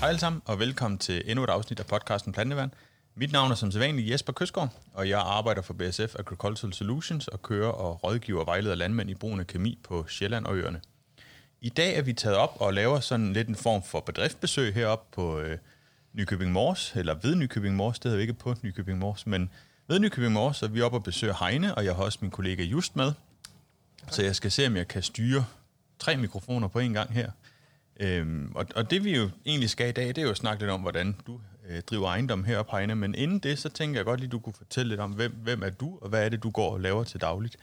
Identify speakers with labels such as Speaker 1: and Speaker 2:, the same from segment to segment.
Speaker 1: Hej alle sammen, og velkommen til endnu et afsnit af podcasten Planteværn. Mit navn er som sædvanligt Jesper Køsgaard, og jeg arbejder for BASF Agricultural Solutions og kører og rådgiver og vejleder landmænd i brugen af kemi på Sjælland og øerne. I dag er vi taget op og laver sådan lidt en form for bedriftbesøg heroppe på Nykøbing Mors, eller ved Nykøbing Mors, det hedder vi ikke på Nykøbing Mors, men ved Nykøbing Mors, og vi er oppe og besøger Heine, og jeg har også min kollega Just med, så jeg skal se, om jeg kan styre 3 mikrofoner på en gang her. Og det vi jo egentlig skal i dag, det er jo at snakke lidt om, hvordan du driver ejendom heroppe, Heine. Men inden det, så tænker jeg godt lige, du kunne fortælle lidt om, hvem er du, og hvad er det, du går og laver til dagligt?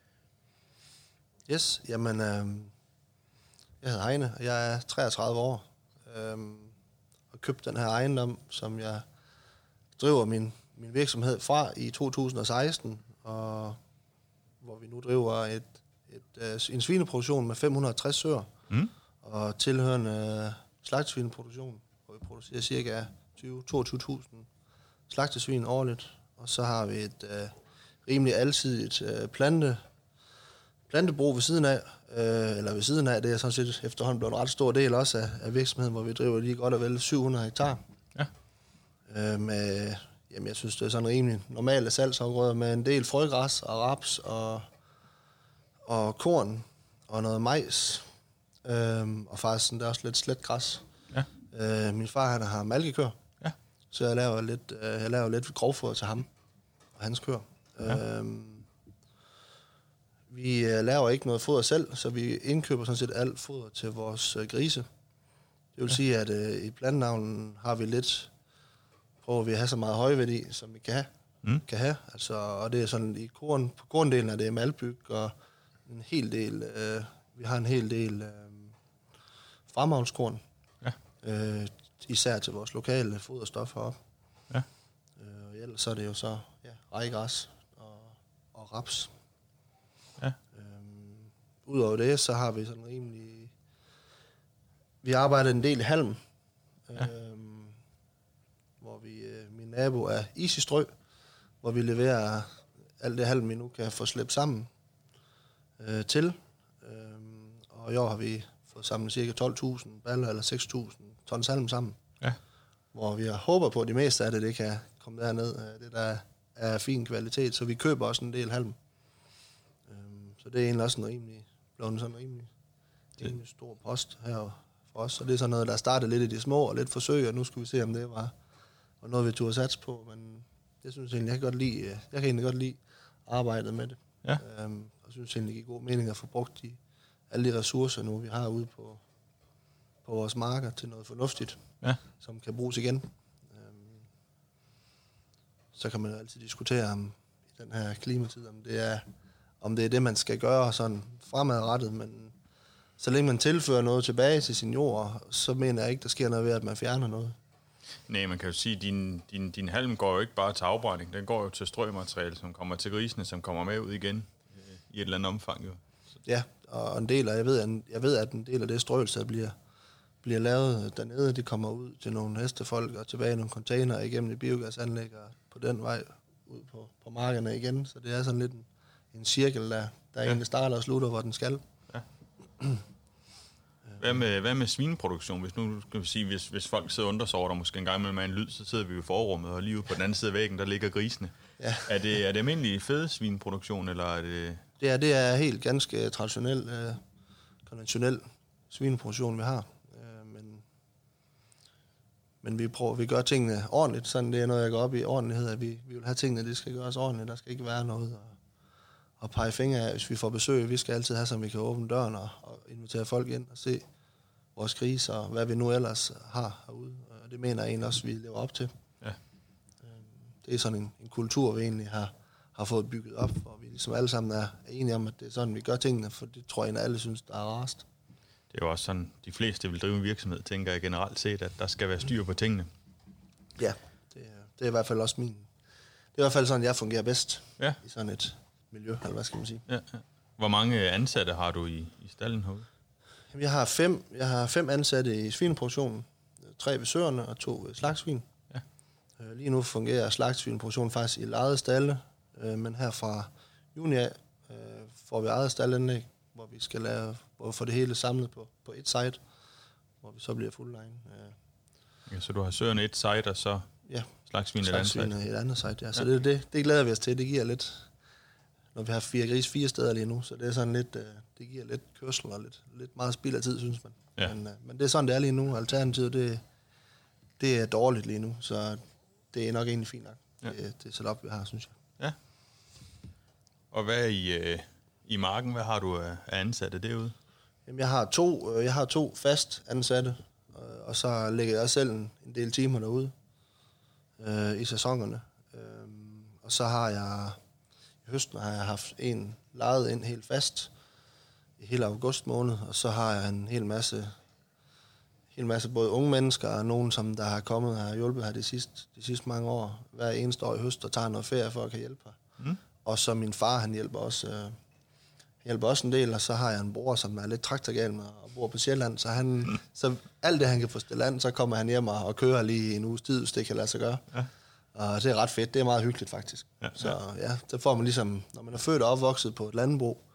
Speaker 2: Yes, jamen, jeg hedder Heine, og jeg er 33 år, og købte den her ejendom, som jeg driver min virksomhed fra i 2016, og hvor vi nu driver en svineproduktion med 560 søer. Og tilhørende slagtesvineproduktion, hvor vi producerer ca. 22.000 slagtesvin årligt. Og så har vi et rimelig alsidigt plantebrug ved siden af. Eller ved siden af, det er sådan set efterhånden blevet en ret stor del også af virksomheden, hvor vi driver lige godt og vel 700 hektar. Ja. Jamen jeg synes, det er sådan rimelig normale salgsafgrøder med en del frøgræs og raps og korn og noget majs. Og faktisk der er også lidt slet græs. Ja. Min far han har malkekøer, ja. Så jeg laver lidt grovfoder til ham og hans køer. Ja. Vi laver ikke noget foder selv, så vi indkøber sådan set alt foder til vores grise. Det vil sige, at i plantnavlen har vi lidt, prøver vi at have så meget højværdi, som vi kan have. Altså, og det er sådan på korndelen er det malbyg og en hel del. Vi har en hel del fremavlskorn, ja. Især til vores lokale foderstoffer op. Ja. Og ellers så er det jo så rejgræs og raps. Ja. Udover det, så har vi sådan rimelig... Vi arbejder en del i halm, ja. Hvor min nabo er Isistrø, hvor vi leverer alt det halm, vi nu kan få slæbt sammen til. Og i år har vi fået samlet ca. 12.000 baller eller 6.000 tons halm sammen. Ja. Hvor vi håber på, at det meste af det kan komme derned. Det der er fin kvalitet, så vi køber også en del halm. Så det er egentlig også blevet sådan en rimelig stor post her for os. Så det er sådan noget, der startede lidt i de små og lidt forsøg, og nu skal vi se, om det var noget, vi turde satse på. Men det synes jeg egentlig, jeg kan egentlig godt lide arbejdet med det. Ja. Og synes egentlig, det giver god mening at få brugt alle de ressourcer nu, vi har ude på vores marker til noget fornuftigt, ja. Som kan bruges igen. Så kan man jo altid diskutere om i den her klimatid, om det er det, man skal gøre sådan fremadrettet, men så længe man tilfører noget tilbage til sin jord, så mener jeg ikke, der sker noget ved, at man fjerner noget.
Speaker 1: Nej, man kan jo sige, at din halm går jo ikke bare til afbrænding, den går jo til strømateriale, som kommer til grisene, som kommer med ud igen i et eller andet omfang. Jo.
Speaker 2: Ja, og en del af, jeg ved, at en del af det strøelse bliver lavet dernede, det kommer ud til nogle hestefolk og tilbage i nogle container igennem et biogasanlæg og på den vej ud på markerne igen. Så det er sådan lidt en cirkel, der egentlig starter og slutter, hvor den skal. Ja.
Speaker 1: Hvad med svineproduktion? Hvis nu skal vi sige, hvis folk sidder og undrer sig over, der måske en gang imellem er en lyd, så sidder vi i forrummet, og lige ude på den anden side af væggen, der ligger grisene. Ja. Er det almindelig fed svineproduktion, eller er det...
Speaker 2: Det er helt ganske traditionel, konventionel svineproduktion, vi har. Men vi gør tingene ordentligt. Sådan det er noget, jeg går op i ordentlighed, at vi vil have tingene, det skal gøres ordentligt. Der skal ikke være noget at pege fingre af, hvis vi får besøg. Vi skal altid have, så vi kan åbne døren og invitere folk ind og se vores grise og hvad vi nu ellers har herude. Og det mener jeg egentlig også, vi lever op til. Ja. Det er sådan en kultur, vi egentlig har fået bygget op, og vi ligesom alle sammen er enige om, at det er sådan, vi gør tingene, for det tror jeg, at alle synes, der er rarest.
Speaker 1: Det er jo også sådan, de fleste vil drive en virksomhed, tænker jeg generelt set, at der skal være styr på tingene. Ja,
Speaker 2: det er i hvert fald også det er i hvert fald sådan, jeg fungerer bedst i sådan et miljø, eller hvad skal man sige. Ja.
Speaker 1: Hvor mange ansatte har du i stallen herude?
Speaker 2: Jeg har 5 ansatte i svineproduktionen, 3 ved søerne og 2 ved slagtsvin. Ja. Lige nu fungerer slagtsvineproduktionen faktisk i lejede stalle, men her fra juni af får vi eget staldanlæg, hvor vi skal få det hele samlet på et site, hvor vi så bliver full line.
Speaker 1: Ja, så du har søerne et site, og så slagsvin
Speaker 2: et andet site, ja. Så det glæder vi os til. Det giver lidt, når vi har 4 grise 4 steder lige nu, så det er sådan lidt, det giver lidt kørsel og lidt meget spild af tid, synes man. Ja. Men det er sådan, det er lige nu. Alternativet, det er dårligt lige nu, så det er nok egentlig fint nok. Ja. Det setup, vi har, synes jeg.
Speaker 1: Ja. Og hvad i marken, hvad har du af ansatte derude?
Speaker 2: Jamen, jeg har to fast ansatte, og så lægger jeg selv en del timer derude i sæsonerne. Og så har jeg i høsten haft en lejet ind helt fast i hele august måned, og så har jeg en hel masse både unge mennesker og nogen, som der har kommet og har hjulpet her de sidste mange år, hver eneste år i høst, og tager noget ferie for at kan hjælpe her. Mm. Og så min far, han hjælper også en del, og så har jeg en bror, som er lidt traktorgal og bor på Sjælland, så alt det, han kan få stillet land, så kommer han hjem og kører lige en uges tid, hvis det kan lade sig gøre. Ja. Og det er ret fedt, det er meget hyggeligt faktisk. Ja. Så ja, der får man ligesom, når man er født og opvokset på et landbrug,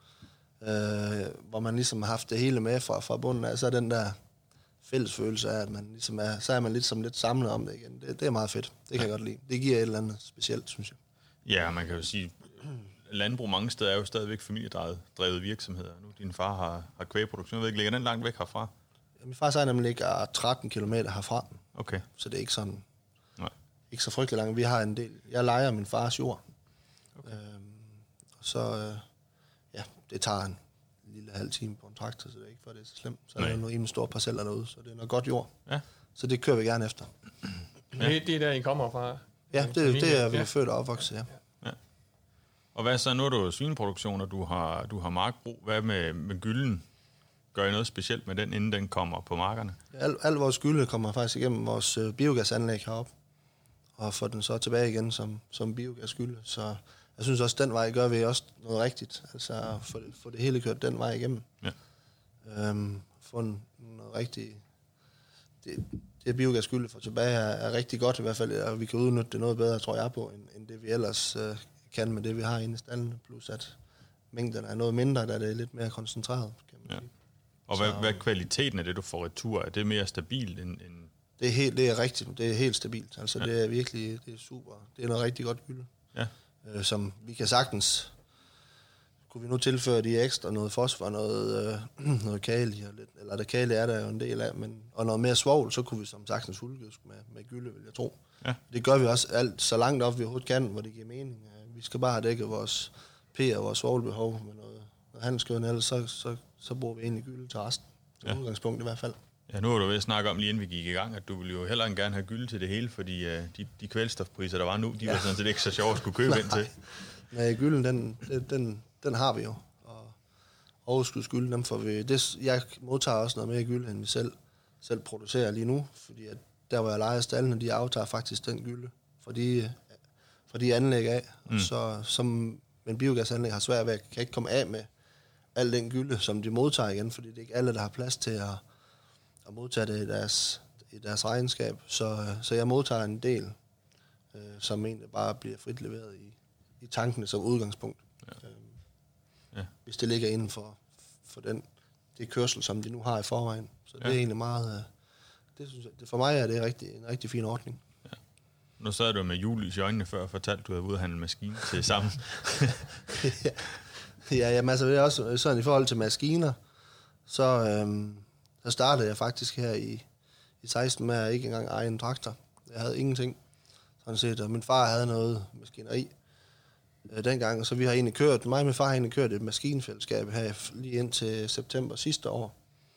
Speaker 2: hvor man ligesom har haft det hele med fra bunden af, så er den der fælles følelse af, at man ligesom så er man ligesom lidt samlet om det igen. Det er meget fedt, det kan jeg godt lide. Det giver et eller andet specielt, synes jeg.
Speaker 1: Ja, man kan jo sige, landbrug mange steder er jo stadigvæk familiedrevet virksomheder. Nu din far har kvægproduktion. Jeg ved ikke, ligger den langt væk herfra?
Speaker 2: Ja, min far sagde nemlig ligger 13 kilometer herfra.
Speaker 1: Okay.
Speaker 2: Så det er ikke sådan, ikke så frygtelig langt. Vi har en del. Jeg lejer min fars jord. Okay. Og så, det tager en lille halv time på en traktor, så det er ikke for det er så slemt. Så er der nogle rimelig store parceller derude, så det er noget godt jord. Ja. Så det kører vi gerne efter.
Speaker 3: Ja. Det er der, I kommer fra?
Speaker 2: Ja, det er vi født og opvokset, ja.
Speaker 1: Og hvad så, nu er du svineproduktion, og du har markbrug. Hvad med gylden? Gør I noget specielt med den, inden den kommer på markerne?
Speaker 2: Al vores gylde kommer faktisk igennem vores biogasanlæg heroppe, og får den så tilbage igen som biogasgylde. Så jeg synes også, den vej gør vi også noget rigtigt. Altså få det hele kørt den vej igennem. Ja. Få noget rigtigt. Det biogasgylde for tilbage er rigtig godt i hvert fald, og vi kan udnytte det noget bedre, tror jeg på, end det vi ellers kan med det, vi har inde i stallene. Plus at mængden er noget mindre, da det er lidt mere koncentreret, kan man sige.
Speaker 1: Og hvad er kvaliteten af det, du får retur? Er det mere stabilt end...
Speaker 2: Det er rigtigt. Det er helt stabilt. Altså, det er virkelig super. Det er noget rigtig godt gylde. Ja. Som vi kan sagtens... Kunne vi nu tilføre de ekstra noget fosfor, noget kali, eller det kali er der jo en del af, og noget mere svovl, så kunne vi som sagtens fuldgødske med gylde, vil jeg tro. Ja. Det gør vi også alt så langt op, vi overhovedet kan, hvor det giver mening. Vi skal bare have dækket vores P- og vores svovlbehov med noget handelsgødende, ellers så bruger vi egentlig gylde til resten. Det er udgangspunkt i hvert fald.
Speaker 1: Ja, nu var du ved at snakke om, lige inden vi gik i gang, at du ville jo heller gerne have gylde til det hele, fordi de kvælstofpriser, der var nu, de var sådan set ikke så sjove at skulle købe ind til.
Speaker 2: Nej, gylden, den har vi jo, og overskudsgylden, dem får vi. Jeg modtager også noget mere gylde, end vi selv producerer lige nu, fordi at der, hvor jeg leger stallene, de aftager faktisk den gylde fra de anlæg af. Og så, som en biogasanlæg har svært ved, kan ikke komme af med al den gylde, som de modtager igen, fordi det er ikke alle, der har plads til at modtage det i deres regnskab. Så jeg modtager en del, som egentlig bare bliver frit leveret i tankene som udgangspunkt. Ja. Hvis det ligger inden for det kørsel, som de nu har i forvejen. Så det er egentlig meget... Det synes jeg, for mig er det en rigtig fin ordning. Ja.
Speaker 1: Nu sad du med julelys i øjnene før og fortalte, du havde ude at handle en maskine til sammen.
Speaker 2: Jamen, altså, det er også sådan i forhold til maskiner, så startede jeg faktisk her i 16 med at ikke engang eje en traktor. Jeg havde ingenting, sådan set, og min far havde noget maskineri dengang, så vi har egentlig kørt, mig og min far har egentlig kørt et maskinfællesskab her lige ind til september sidste år,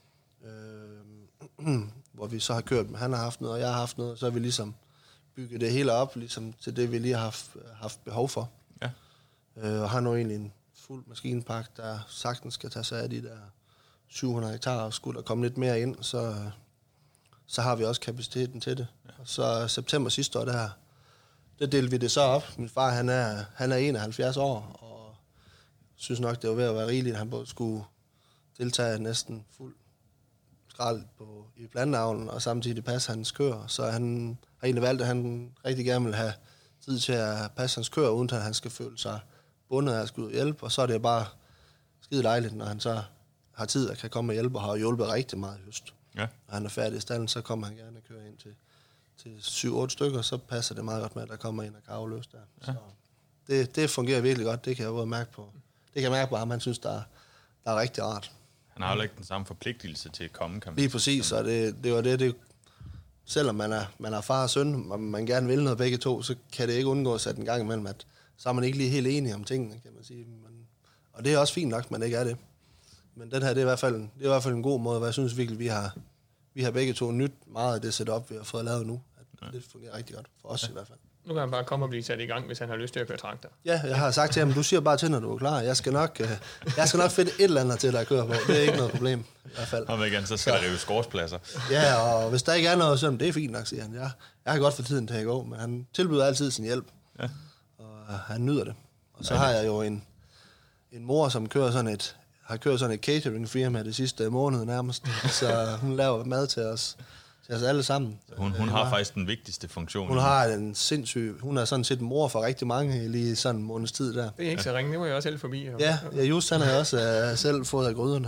Speaker 2: hvor vi så har kørt, han har haft noget, og jeg har haft noget, så har vi ligesom bygget det hele op, ligesom til det, vi lige har haft behov for. Ja. Og har nu egentlig en fuld maskinpark, der sagtens skal tage sig af de der 700 hektar, og skulle der komme lidt mere ind, så har vi også kapaciteten til det. Ja. Og så september sidste år, der delte vi det så op. Min far, han er 71 år, og synes nok, det var ved at være rigeligt, at han både skulle deltage næsten fuld skrald i planteavlen, og samtidig passe hans køer. Så han har egentlig valgt, at han rigtig gerne vil have tid til at passe hans køer, uden at han skal føle sig bundet af at skulle hjælpe. Og så er det bare skide dejligt, når han så har tid og kan komme og hjælpe, og har hjulpet rigtig meget i høst. Ja. Når han er færdig i stallen, så kommer han gerne og kører ind til 7-8 stykker, så passer det meget godt med, at der kommer en og kan afløse der. Ja. Så det fungerer virkelig godt. Det kan jeg både mærke på. Det kan jeg mærke på ham, han synes, der er rigtig rart.
Speaker 1: Han har jo ikke den samme forpligtelse til at komme, kan man
Speaker 2: lige præcis, og det var det selvom man er far og søn, og man gerne vil noget begge to, så kan det ikke undgås at en gang imellem, at så er man ikke lige helt enige om tingene, kan man sige. Og det er også fint nok, at man ikke er det. Men den her, det er i hvert fald en god måde, og jeg synes virkelig, vi har begge to nyt meget af det setup, vi har fået lavet nu. At det fungerer rigtig godt for os i hvert fald.
Speaker 3: Nu kan han bare komme og blive sat i gang, hvis han har lyst til at køre traktor.
Speaker 2: Ja, jeg har sagt til ham, du siger bare til, når du er klar. Jeg skal nok finde et eller andet til dig at køre på. Det er ikke noget problem, i hvert fald.
Speaker 1: Og igen, så skal det jo skorspladser.
Speaker 2: Ja, og hvis der ikke er noget, så det er fint nok, siger han. Jeg har godt for tiden til at gå, men han tilbyder altid sin hjælp. Ja. Og han nyder det. Og så har jeg jo en mor, som har kørt sådan et cateringfirma det sidste måned nærmest. Så hun laver mad til os alle sammen.
Speaker 1: Hun har faktisk den vigtigste funktion.
Speaker 2: Hun er sådan set mor for rigtig mange lige sådan en måneds tid der.
Speaker 3: Det er ikke så ringe, det må jeg også selv forbi.
Speaker 2: Ja, just han har også selv fået af gryderne.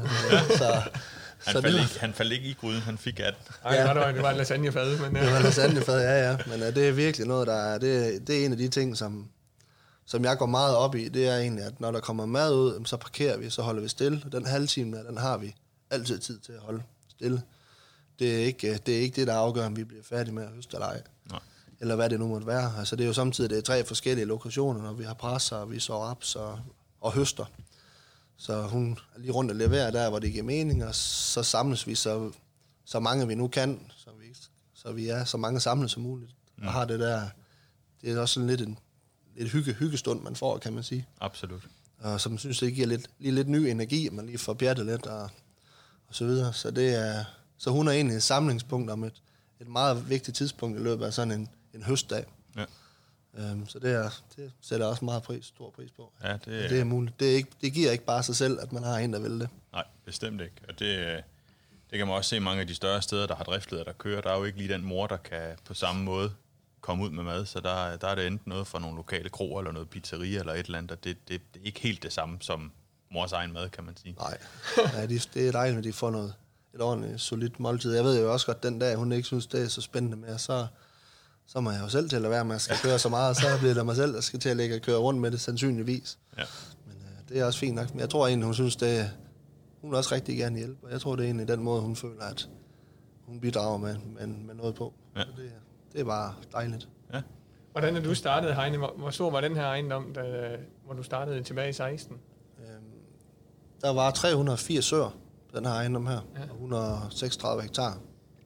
Speaker 1: Han faldt ikke i gryden, han fik 18.
Speaker 3: Nej, det var en lasagnefad. Men,
Speaker 2: det var en lasagnefad, ja. Men det er virkelig noget, det er en af de ting, som jeg går meget op i. Det er egentlig, at når der kommer mad ud, så parkerer vi, så holder vi stille. Den halve time der, den har vi altid tid til at holde stille. Det er ikke det, der afgør, om vi bliver færdige med at høste eller ej. Nej. Eller hvad det nu måtte være. Altså, det er jo samtidig, det er 3 forskellige lokationer, når vi har presser, og vi så raps og høster. Så hun er lige rundt og leverer der, hvor det giver mening, og så samles vi så mange vi nu kan, så vi er så mange samlet som muligt. Og har det der, det er også sådan lidt hyggestund, man får, kan man sige.
Speaker 1: Absolut.
Speaker 2: Og som synes, det giver lidt ny energi, at man lige får pjattet lidt og så videre. Så hun er egentlig et samlingspunkt om et meget vigtigt tidspunkt i løbet af sådan en høstdag. Ja. Så det sætter også meget stor pris på.
Speaker 1: Ja,
Speaker 2: det er muligt. Det giver ikke bare sig selv, at man har en, der vil det.
Speaker 1: Nej, bestemt ikke. Og det kan man også se mange af de større steder, der har driftleder, der kører. Der er jo ikke lige den mor, der kan på samme måde komme ud med mad. Så der er det enten noget fra nogle lokale kroer, eller noget pizzeria, eller et eller andet. Det er ikke helt det samme som mors egen mad, kan man sige.
Speaker 2: Nej, ja, det er dejligt, at de får et ordentligt, solidt måltid. Jeg ved jo også godt, den dag, hun ikke synes, det er så spændende mere, så må jeg jo selv til at være med at skal køre så meget, så bliver det mig selv, der skal til at lægge og køre rundt med det, sandsynligvis. Ja. Men det er også fint nok. Men jeg tror egentlig, hun synes, hun vil også rigtig gerne hjælpe, og jeg tror, det er egentlig den måde, hun føler, at hun bidrager med noget på. Ja. Så det er bare dejligt. Ja.
Speaker 3: Hvordan er du startet, Heine? Hvor stor var den her ejendom, hvor du startede tilbage i 16?
Speaker 2: Der var 380 søer, den her ejendom her, og 136 hektar.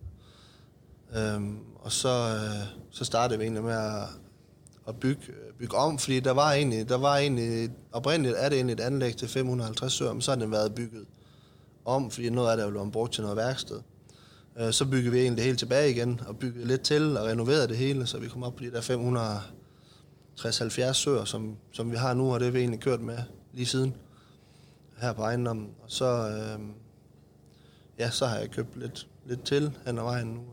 Speaker 2: Og så startede vi egentlig med at bygge om, fordi der var egentlig oprindeligt er det egentlig et anlæg til 550 søer, men så har den været bygget om, fordi noget af det er blevet brugt til noget værksted. Så byggede vi egentlig det hele tilbage igen, og byggede lidt til og renoverede det hele, så vi kom op på de der 560-70 søer, som vi har nu, og det har vi egentlig kørt med lige siden her på ejendommen. Og så har jeg købt lidt til hen ad vejen nu.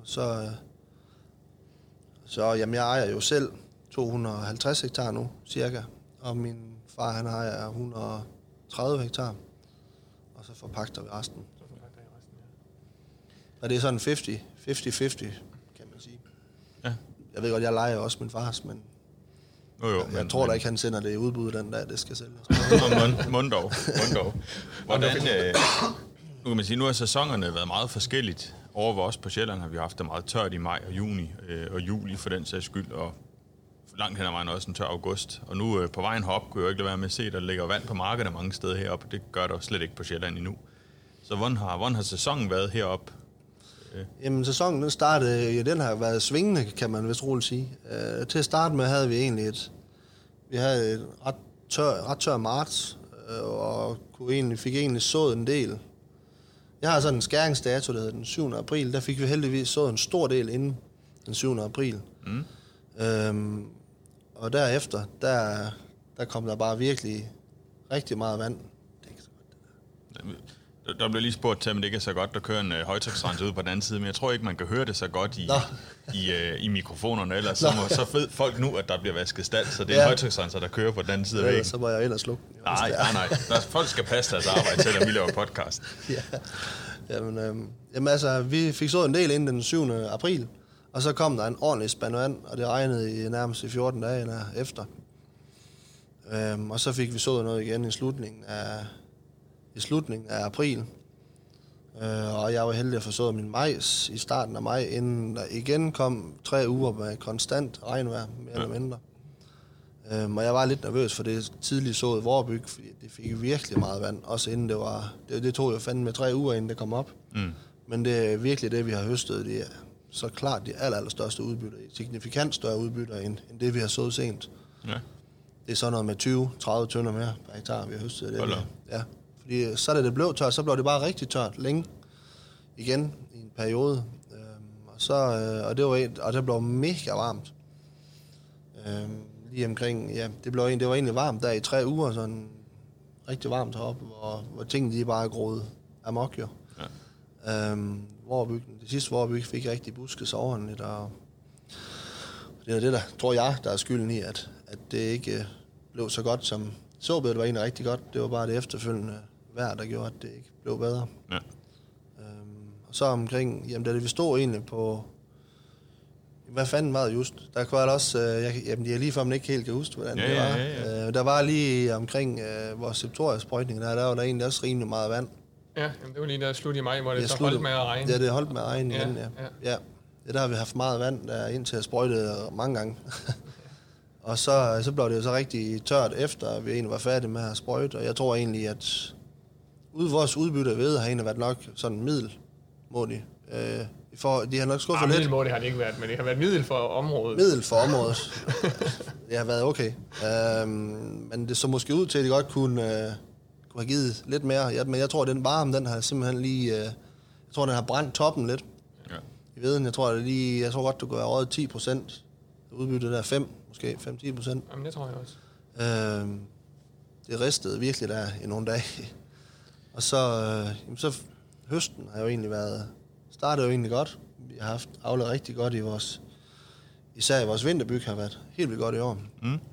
Speaker 2: Så jamen, jeg ejer jo selv 250 hektar nu, cirka. Og min far, han ejer 130 hektar. Og så forpagter vi resten. Og det er sådan 50-50, kan man sige. Ja. Jeg ved godt, jeg leger også min fars, men jeg tror da ikke, han sender det i udbud den dag, det skal sælges.
Speaker 1: Mundov. Hvordan, nu kan man sige, nu har sæsonerne været meget forskelligt. Over os på Sjælland har vi haft det meget tørt i maj og juni og juli for den sags skyld, og langt hen ad vejen også en tør august. Og nu på vejen herop kunne jeg ikke lade være med at se, at der ligger vand på markedet mange steder heroppe. Det gør der slet ikke på Sjælland endnu. Så hvordan har sæsonen været heroppe?
Speaker 2: Jamen, sæsonen den startede, den har været svingende, kan man vist roligt sige. Til at starte med havde vi egentlig et ret tør marts, og fik egentlig sået en del. Jeg har sådan en skæringsdato, der hedder den 7. april. Der fik vi heldigvis sået en stor del inden den 7. april. Og derefter, der kom der bare virkelig rigtig meget vand. Det er ikke så godt, det der.
Speaker 1: Der bliver lige spurgt til, om det ikke er så godt, der kører en højtryksrenser ude på den anden side, men jeg tror ikke, man kan høre det så godt i mikrofonerne, ellers så ved folk nu, at der bliver vasket stald, så det er en højtryksrenser, der kører på den anden side af væggen.
Speaker 2: Så må jeg ind og slukke den.
Speaker 1: Nej. Folk skal passe deres arbejde, selvom vi laver podcast.
Speaker 2: Jamen altså, vi fik så en del inden den 7. april, Og så kom der en ordentlig spand vand, og det regnede nærmest i 14 dage efter. Og så fik vi sået noget igen i slutningen af april. Og jeg var heldig at få sået min majs i starten af maj, inden der igen kom 3 uger med konstant regnvejr, mere eller mindre. Og jeg var lidt nervøs for det tidligt sået vorbyg, fordi det fik virkelig meget vand, også inden det tog jo fandme 3 uger, inden det kom op. Men det er virkelig det, vi har høstet. Det er så klart de allerstørste udbytter, signifikant større udbytter, end det, vi har sået sent. Ja. Det er sådan noget med 20-30 tønder mere per hektar, vi har høstet det. Ja. Fordi så da det blev tørt, så blev det bare rigtig tørt længe igen i en periode. Og det blev mega varmt. Lige omkring, ja, det var egentlig varmt der i 3 uger, sådan rigtig varmt heroppe, hvor tingene de bare groede amok jo. Ja. Det sidste vorbyg fik rigtig busket sig ordentligt, og det er det, der tror jeg, der er skylden i, at det ikke blev så godt som såbødet var egentlig rigtig godt. Det var bare det efterfølgende vejr, der gjorde, at det ikke blev bedre. Ja. Og så omkring, jamen da vi stod egentlig på, hvad fanden var det just? Der kunne jeg også, jamen jeg lige før man ikke helt kan huske, hvordan det var. Ja. Der var lige omkring vores septoriasprøjtning, der var der egentlig også rimelig meget vand.
Speaker 3: Ja, jamen det var lige der slut i maj, hvor det så holdt med at regne.
Speaker 2: Ja, det holdt med at regne igen, ja. Ja, der har vi haft meget vand, der indtil at sprøjte mange gange. Og så blev det jo så rigtig tørt efter, at vi egentlig var færdige med at sprøjte. Og jeg tror egentlig, at vores udbytte af hvede har egentlig været nok sådan middelmådigt. De har nok skuffet lidt.
Speaker 3: Middelmådigt har det ikke været, men det har været middel for området.
Speaker 2: Middel for området. Det har været okay. Men det så måske ud til, at de godt kunne have givet lidt mere. Ja, men jeg tror, at den varme, den har simpelthen lige... jeg tror, den har brændt toppen lidt. Ja. I veden, jeg tror godt, du kunne have røget 10%. Udbyttet der 5, måske 5-10%.
Speaker 3: Jamen, det tror jeg også.
Speaker 2: Det ristede virkelig der i nogle dage. Og så høsten har jo egentlig startede jo egentlig godt. Vi har haft avlet rigtig godt især i vores vinterbyg har været helt vildt godt i år.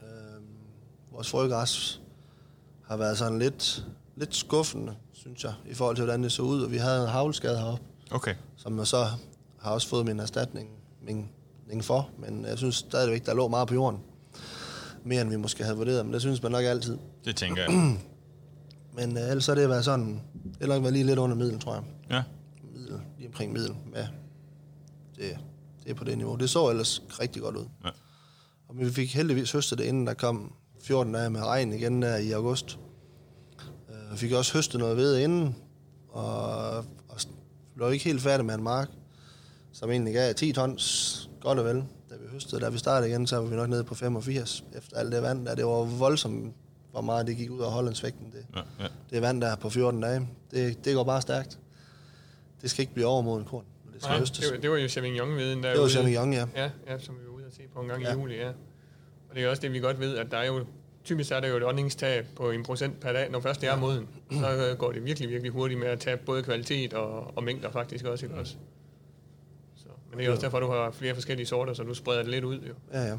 Speaker 2: Vores frøgræs har været sådan lidt skuffende, synes jeg, i forhold til, hvordan det så ud. Og vi havde en haglskade heroppe, som jeg så har også fået min erstatning for. Men jeg synes stadigvæk, der lå meget på jorden. Mere end vi måske havde vurderet, men det synes man nok altid.
Speaker 1: Det tænker jeg.
Speaker 2: Men ellers har det været sådan, det har nok været lige lidt under middel, tror jeg.
Speaker 1: Ja.
Speaker 2: Lige omkring middel, ja. Det er på det niveau. Det så ellers rigtig godt ud. Ja. Og vi fik heldigvis høstet det, inden der kom 14 dage med regn igen der i august. Vi fik også høstet noget ved inden, og blev ikke helt færdig med en mark, som egentlig gav 10 tons, godt og vel, da vi høstede. Da vi startede igen, så var vi nok nede på 85, efter alt det vand der. Det var voldsomt, hvor meget det gik ud af Hollandsvægten. Det vand der på 14 dage, det går bare stærkt. Det skal ikke blive overmoden korn, når det skal høstes.
Speaker 3: Det var jo Sauvignon-viden der.
Speaker 2: Det var Sauvignon, ja.
Speaker 3: Ja, som vi var ude at se på en gang i juli, ja. Og det er også det, vi godt ved, at der er jo, typisk er der jo et åndingstab på 1% per dag, når først det er moden. Så går det virkelig, virkelig hurtigt med at tabe både kvalitet og mængder faktisk også, ikke også? Så, men det er også derfor, du har flere forskellige sorter, så du spreder det lidt ud, jo.
Speaker 2: Ja.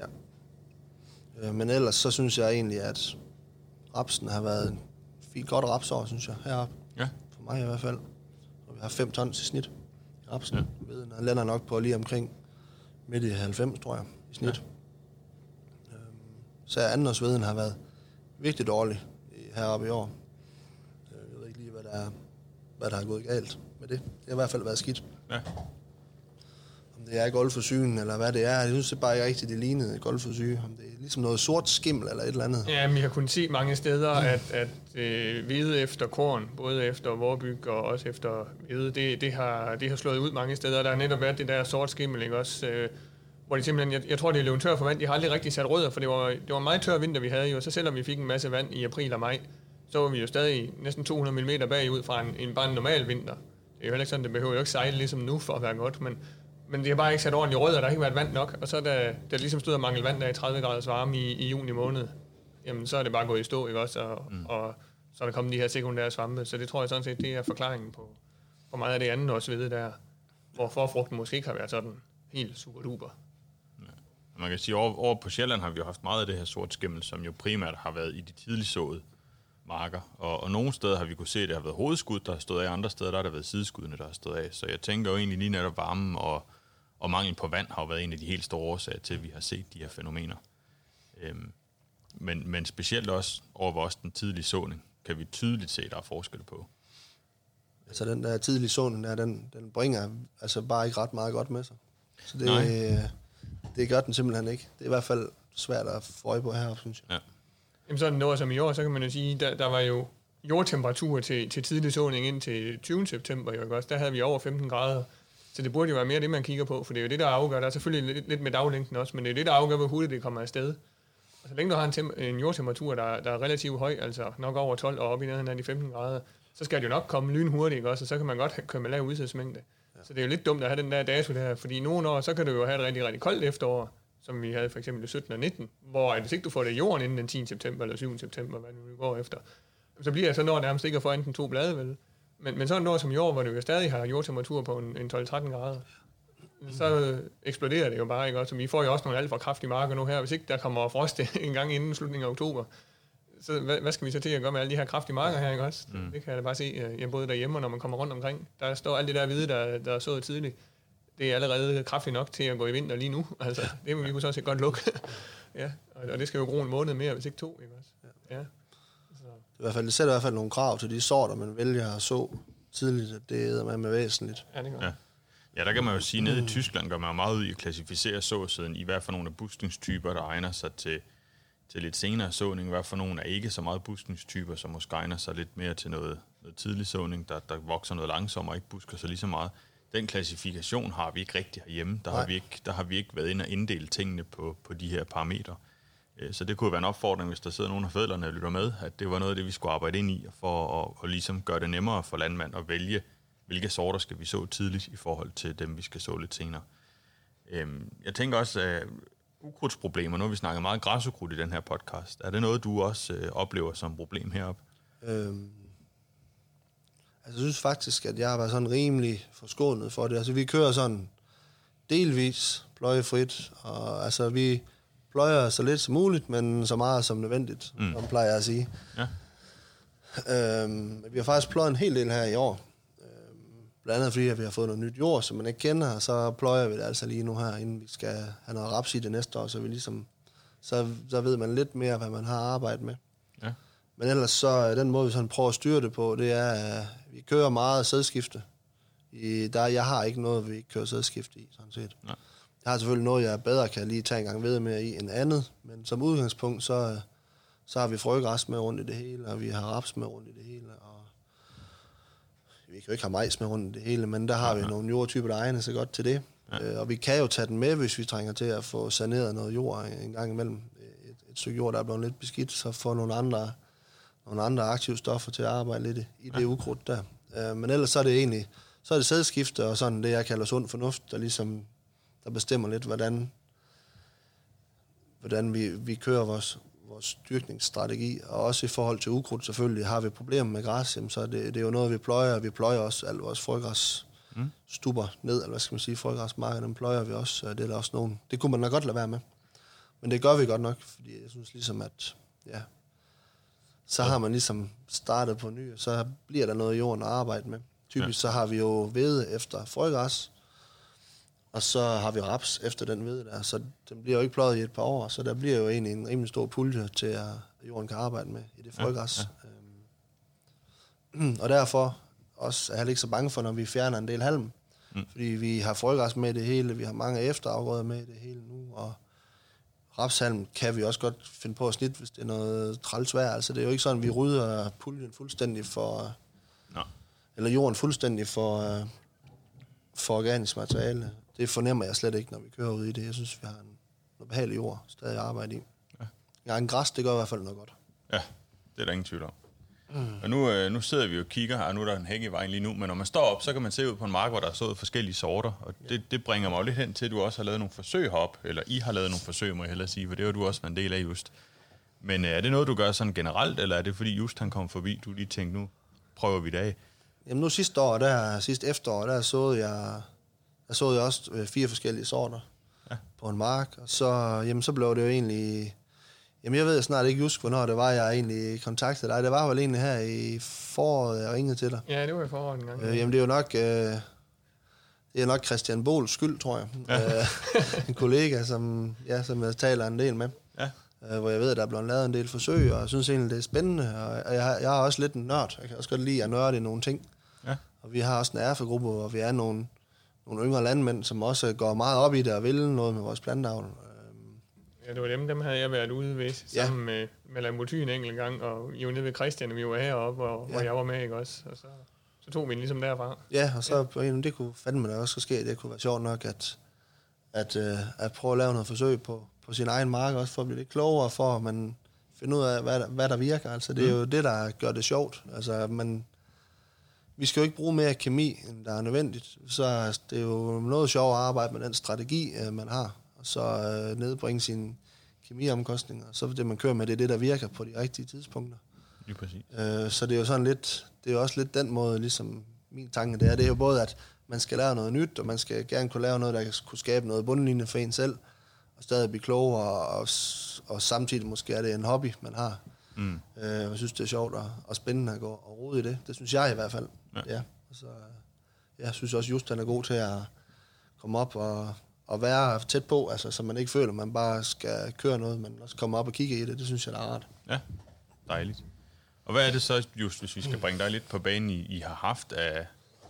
Speaker 2: Men ellers så synes jeg egentlig, at rapsen har været en fint godt rapsår, synes jeg, heroppe. Ja. For mig i hvert fald. Og vi har 5 tons i snit i rapsen. Ja. Den lander nok på lige omkring midt i 90, tror jeg, i snit. Ja. Så andenårsveden har været virkelig dårlig heroppe i år. Jeg ved ikke lige, hvad der har gået galt med det. Det har i hvert fald været skidt. Ja. Om det er golfforsygen, eller hvad det er. Jeg synes det bare ikke rigtigt, det lignede golfforsyge. Om det er ligesom noget sort skimmel, eller et eller andet.
Speaker 3: Ja, men jeg har kunnet se mange steder, at hvede efter korn, både efter vorbyg og også efter hvede, det har slået ud mange steder. Der har netop været det der sort skimmel, ikke også? Hvor de simpelthen, jeg tror, det er løbet tør for vand. De har aldrig rigtig sat rødder, for det var en meget tør vinter, vi havde jo. Så selvom vi fik en masse vand i april og maj, så var vi jo stadig næsten 200 mm bagud fra bare en normal vinter. Det er jo heller ikke sådan, det behøver jo ikke sejle ligesom nu for at være godt, men det har bare ikke sat ordentligt rødder, der har ikke været vand nok. Og så da ligesom stod og mangel vand der i 30 graders varme i juni måned, jamen så er det bare gået i stå, ikke også? Og så er der kommet de her sekundære svampe. Så det tror jeg sådan set, det er forklaringen på meget af det andet også ved der, hvor forfrugten måske ikke har været sådan helt super duper.
Speaker 1: Man kan sige, over på Sjælland har vi jo haft meget af det her sort skimmel, som jo primært har været i de tidligt såede marker. Og nogle steder har vi kunne se, at det har været hovedskud, der har stået af. Andre steder der har der været sideskuddene, der har stået af. Så jeg tænker jo egentlig lige netop varmen Og mangel på vand har jo været en af de helt store årsager til, at vi har set de her fænomener. Men specielt også over den tidlige såning, kan vi tydeligt se, at der er forskel på.
Speaker 2: Altså den der tidlige såning der, den bringer altså bare ikke ret meget godt med sig. Så det gør den simpelthen ikke. Det er i hvert fald svært at få øje på heroppe, synes jeg.
Speaker 3: Ja. Jamen sådan noget som i år, så kan man jo sige, der var jo jordtemperatur til tidlig såning ind til 20. september, jo ikke også? Der havde vi over 15 grader. Så det burde jo være mere det, man kigger på, for det er jo det, der afgør. Der er selvfølgelig lidt med daglængden også, men det er det, der afgør, hvor hurtigt det kommer afsted. Og så længe du har en jordtemperatur, der er relativt høj, altså nok over 12 og op i nærheden af de 15 grader, så skal det jo nok komme lynhurtigt, ikke også? Og så kan man godt køre med lav udsatsmængde. Ja. Så det er jo lidt dumt at have den der dato der, fordi nogle år, så kan du jo have et rigtig, rigtig koldt efterår, som vi havde for eksempel 17 og 19, hvor hvis ikke du får det i jorden inden den 10. september eller 7. september, hvad nu går efter, så bliver jeg så når nærmest ikke at få enten 2 blade, vel? Men sådan noget som i år, hvor du jo stadig har jordtemperatur på en 12-13 grader, så eksploderer det jo bare, ikke også? Så vi får jo også nogle alt for kraftige marker nu her. Hvis ikke der kommer frost en gang inden slutningen af oktober, så hvad skal vi så til at gøre med alle de her kraftige marker her, ikke også? Det kan jeg da bare se, både derhjemme og når man kommer rundt omkring. Der står alt det der hvide, der er sået tidligt. Det er allerede kraftigt nok til at gå i vinter lige nu. Altså, det må vi kunne så set godt lukke. Ja, og det skal jo gro en måned mere, hvis ikke 2, ikke også? Ja.
Speaker 2: Det sætter i hvert fald nogle krav til de sorter, man vælger at så tidligt. Det er med væsentligt.
Speaker 3: Ja, det gør.
Speaker 1: Ja, der kan man jo sige, at nede i Tyskland gør man meget ud i at klassificere såsiden, i hvert fald nogle af buskningstyper, der egner sig til lidt senere såning, i hvert fald nogle af ikke så meget buskningstyper, som måske egner sig lidt mere til noget tidlig såning, der vokser noget langsommere og ikke busker sig lige så meget. Den klassifikation har vi ikke rigtig herhjemme. Der har vi ikke været inde og inddele tingene på de her parametre. Så det kunne være en opfordring, hvis der sidder nogen af fædrene og lytter med, at det var noget af det, vi skulle arbejde ind i, for at ligesom gøre det nemmere for landmand at vælge, hvilke sorter skal vi så tidligt i forhold til dem, vi skal så lidt senere. Jeg tænker også, at ukrudtsproblemer, nu har vi snakket meget græsukrudt i den her podcast. Er det noget, du også oplever som problem heroppe?
Speaker 2: Jeg synes faktisk, at jeg har været sådan rimelig forskånet for det. Altså vi kører sådan delvis pløjefrit, og altså vi pløjer så lidt som muligt, men så meget som nødvendigt, som plejer jeg at sige. Ja. Vi har faktisk pløjet en hel del her i år. Blandt andet fordi, at vi har fået noget nyt jord, som man ikke kender, og så pløjer vi det altså lige nu her, inden vi skal have noget raps i det næste år, så vi ligesom, så ved man lidt mere, hvad man har arbejdet med. Ja. Men ellers så, den måde vi sådan prøver at styre det på, det er, at vi kører meget sædskifte. Jeg har ikke noget, vi ikke kører sædskifte i, sådan set. Ja. Jeg har selvfølgelig noget, jeg bedre kan lige tage en gang ved med i end andet, men som udgangspunkt, så har vi frøgræs med rundt i det hele, og vi har raps med rundt i det hele, og vi kan jo ikke have majs med rundt i det hele, men der har vi nogle jordtyper, der egner sig godt til det. Ja. Og vi kan jo tage den med, hvis vi trænger til at få saneret noget jord en gang imellem. Et stykke jord, der er blevet lidt beskidt, så få nogle andre aktive stoffer til at arbejde lidt i det ukrudt der. Men ellers så er det egentlig sædskifte og sådan det, jeg kalder sund fornuft, der bestemmer lidt, hvordan vi kører vores dyrkningsstrategi, og også i forhold til ukrudt selvfølgelig har vi problemer med græs, så det er jo noget, vi pløjer. Vi pløjer også alt vores frøgræs stubber ned, eller hvad skal man sige, frøgræsmarker, dem pløjer vi også. Det er der også nogen. Det kunne man da godt lade være med. Men det gør vi godt nok, fordi jeg synes ligesom, at så har man ligesom startet på ny, og så bliver der noget i jorden at arbejde med. Typisk så har vi jo hvede efter frøgræs, og så har vi raps efter den hvede der, så den bliver jo ikke pløjet i et par år, så der bliver jo egentlig en rimelig stor pulje til, at jorden kan arbejde med i det frøgræs. Og derfor også er jeg ikke så bange for, når vi fjerner en del halm, fordi vi har frøgræs med i det hele, vi har mange efterafgrøder med i det hele nu, og rapshalm kan vi også godt finde på at snit, hvis det er noget trælsvær. Altså det er jo ikke sådan, at vi rydder puljen fuldstændig eller jorden fuldstændig for organisk materiale. Det fornemmer jeg slet ikke, når vi kører ud i det. Jeg synes, vi har noget behageligt jord stadig at arbejde i. Ja, en græs, det gør i hvert fald noget godt.
Speaker 1: Ja, det er der ingen tvivl om. Og nu sidder vi jo og kigger her, og nu er der en hæk i vejen lige nu, men når man står op, så kan man se ud på en mark, hvor der er sået forskellige sorter, og det bringer mig jo lidt hen til, at du også har lavet nogle forsøg heroppe, eller I har lavet nogle forsøg, må jeg hellere sige, for det har du også været en del af, Just. Men er det noget, du gør sådan generelt, eller er det fordi Just han kom forbi, du lige tænkte, nu prøver vi det af?
Speaker 2: Jamen nu sidste efterår, der såede jeg også 4 forskellige sorter på en mark, og så blev det jo egentlig... Jamen jeg ved snart ikke just, hvornår det var, jeg egentlig kontaktede dig. Det var vel egentlig her i foråret, jeg ringede til dig.
Speaker 3: Ja, det var i foråret en gang.
Speaker 2: Jamen det er jo nok... det det er nok Christian Bohls skyld, tror jeg. Ja. En kollega, som jeg taler en del med. Ja. Hvor jeg ved, at der er blevet lavet en del forsøg, og jeg synes egentlig, det er spændende. Og jeg er også lidt en nørd. Jeg kan også godt lide at nørde i nogle ting. Ja. Og vi har også en RF-gruppe, hvor vi er nogle yngre landmænd, som også går meget op i det og vil noget med vores plantavl.
Speaker 3: Ja, det var dem havde jeg været ude ved, sammen med Lamothy en enkelt gang, og vi var nede ved Christian, og vi var heroppe, hvor jeg var med, ikke også? Og så tog vi den ligesom derfra. Ja, og så
Speaker 2: det kunne fandme da også ske, det kunne være sjovt nok, at prøve at lave noget forsøg på sin egen mark, også for at blive lidt klogere, for at man finder ud af, hvad der virker. Altså, det er jo det, der gør det sjovt. Altså, vi skal jo ikke bruge mere kemi, end der er nødvendigt. Så det er jo noget sjovt at arbejde med den strategi, man har, og så nedbringe sine kemiomkostninger. Så det, man kører med, det er det, der virker på de rigtige tidspunkter.
Speaker 1: Lige præcis.
Speaker 2: Så det er jo sådan lidt, det er jo også lidt den måde, ligesom min tanke det er jo både, at man skal lære noget nyt, og man skal gerne kunne lave noget, der kan kunne skabe noget bundlinje for en selv, og stadig blive klogere, og samtidig måske er det en hobby, man har. Jeg synes, det er sjovt og spændende at gå og rode i det. Det synes jeg i hvert fald. Ja. Så, jeg synes også, Just han er god til at komme op og være tæt på, altså, så man ikke føler, at man bare skal køre noget, men også komme op og kigge i det. Det synes jeg, der er rart.
Speaker 1: Ja, dejligt. Og hvad er det så, Just, hvis vi skal bringe dig lidt på banen, I har haft af...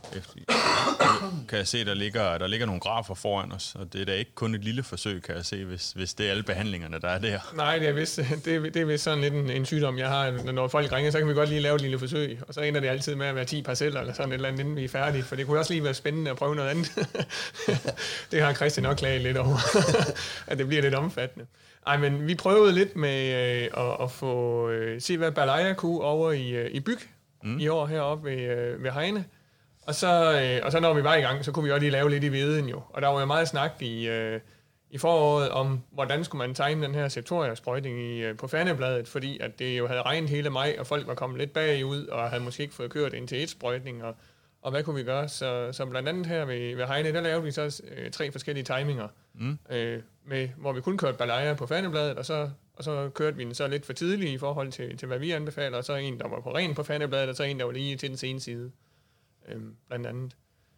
Speaker 1: Kan jeg se, der ligger nogle grafer foran os, og det er da ikke kun et lille forsøg, kan jeg se, hvis det er alle behandlingerne, der er der.
Speaker 3: Nej, det er vist sådan lidt en sygdom, jeg har. Når folk ringer, så kan vi godt lige lave et lille forsøg, og så ender det altid med at være 10 parceller, eller sådan et eller andet, inden vi er færdige, for det kunne også lige være spændende at prøve noget andet. Det har Christian nok klaget lidt over, at det bliver lidt omfattende. Ej, men vi prøvede lidt med at få se, hvad Balaya kunne over i Byg i år heroppe ved Heine. Og så når vi var i gang, så kunne vi også lige lave lidt i viden jo. Og der var jo meget snak i foråret om, hvordan skulle man tegne den her septoria-sprøjtning på Fandebladet, fordi at det jo havde regnet hele maj, og folk var kommet lidt bagud, og havde måske ikke fået kørt ind til et sprøjtning, og hvad kunne vi gøre? Så blandt andet her ved Heine, der lavede vi så 3 forskellige timinger, hvor vi kun kørte Balaya på Fandebladet, og så kørte vi den så lidt for tidligt i forhold til hvad vi anbefaler, og så en, der var på ren på Fandebladet, og så en, der var lige til den sene side. Blandt andet.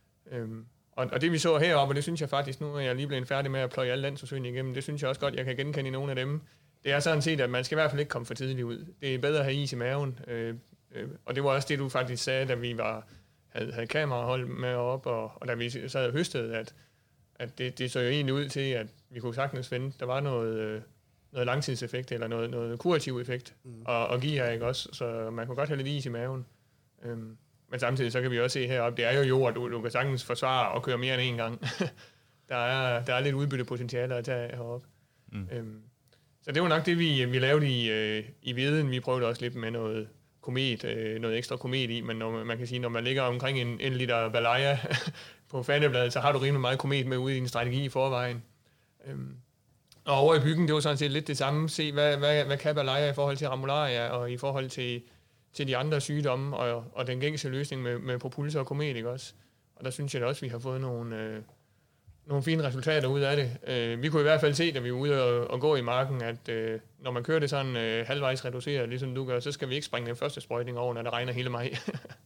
Speaker 3: Og det vi så heroppe, og det synes jeg faktisk, nu er jeg lige blevet færdig med at pløje alle landsforsøgene igennem, det synes jeg også godt, jeg kan genkende i nogle af dem. Det er sådan set, at man skal i hvert fald ikke komme for tidligt ud. Det er bedre at have is i maven. Og det var også det, du faktisk sagde, da vi havde kamerahold med op, og da vi sad og høstede, at det så jo egentlig ud til, at vi kunne sagtens finde, der var noget langtidseffekt, eller noget kurativ effekt, og give her, ikke også? Så man kunne godt have lidt is i maven. Men samtidig så kan vi også se heroppe, det er jo jord, du kan sagtens forsvare og køre mere end en gang. der er lidt udbyttepotentiale at tage heroppe. Så det var nok det, vi lavede i viden. Vi prøvede også lidt med noget komet, noget ekstra komet i, men man kan sige, når man ligger omkring en liter Balaya på Fandebladet, så har du rimelig meget komet med ude i din strategi i forvejen. Og over i Byggen, det var sådan set lidt det samme. Se, hvad kan Balaya i forhold til Ramularia og i forhold til de andre sygdomme, og den gængse løsning med propulsor og komet, ikke også? Og der synes jeg da også, at vi har fået nogle fine resultater ud af det. Vi kunne i hvert fald se, da vi var ude og gå i marken, at når man kører det sådan halvvejs reduceret, ligesom du gør, så skal vi ikke springe den første sprøjtning over, når det regner hele maj.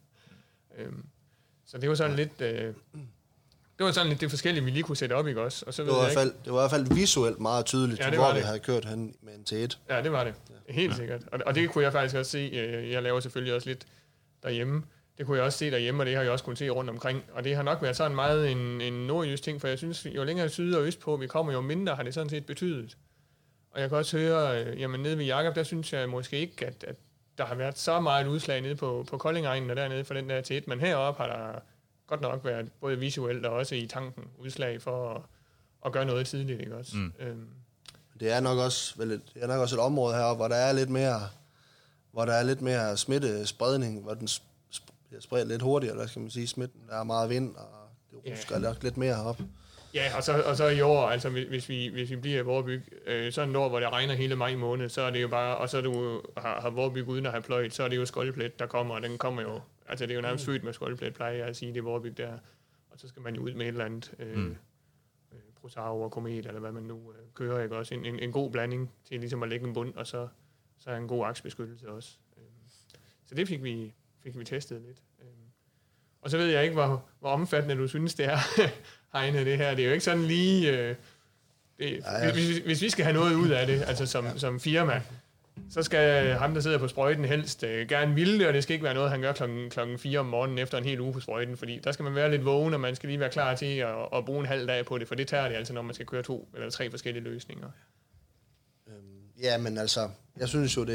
Speaker 3: Så det var sådan lidt... Det var sådan lidt det forskellige, vi lige kunne sætte op, ikke også? Og så
Speaker 2: det var i hvert fald visuelt meget tydeligt, hvor vi havde kørt hen med en T1.
Speaker 3: Ja, det var det. Helt sikkert. Og det kunne jeg faktisk også se. Jeg laver selvfølgelig også lidt derhjemme. Det kunne jeg også se derhjemme, og det har jeg også kunnet se rundt omkring. Og det har nok været sådan meget en nordjysk ting, for jeg synes, jo længere syd og øst på vi kommer, jo mindre har det sådan set betydet. Og jeg kan også høre, jamen nede ved Jakob, der synes jeg måske ikke, at der har været så meget udslag nede på Koldingegnen og dernede for den der T1, men heroppe har der godt nok været både visuelt og også i tanken udslag for at gøre noget tidligt, ikke også?
Speaker 2: Det er nok også et område heroppe, hvor der er lidt mere smittespredning, hvor den bliver spredt lidt hurtigere, der skal man sige, smitten, der er meget vind, og det rusker lidt mere op.
Speaker 3: Ja, og så i år, altså hvis vi bliver i Vorbyg, sådan et år, hvor det regner hele maj måned, så er det jo bare, og så du har Vorbyg uden at have pløjet, så er det jo skoldplet, der kommer, og den kommer jo, altså det er jo nærmest født med skoldplet, plejer jeg at sige, det er Vorbyg der, og så skal man jo ud med et eller andet Prosaro og Komet, eller hvad man nu kører, ikke også, en god blanding til ligesom at lægge en bund, og så er en god aksbeskyttelse også. Så det fik vi testet lidt. Og så ved jeg ikke, hvor omfattende du synes, det er, Heine, det her. Det er jo ikke sådan lige... Hvis vi skal have noget ud af det, altså som firma, så skal ham, der sidder på sprøjten, helst gerne ville det, og det skal ikke være noget, han gør klokken 4 om morgenen efter en hel uge på sprøjten, fordi der skal man være lidt vågen, og man skal lige være klar til at bruge en halv dag på det, for det tager det altså, når man skal køre 2 eller 3 forskellige løsninger.
Speaker 2: Ja, men altså, jeg synes jo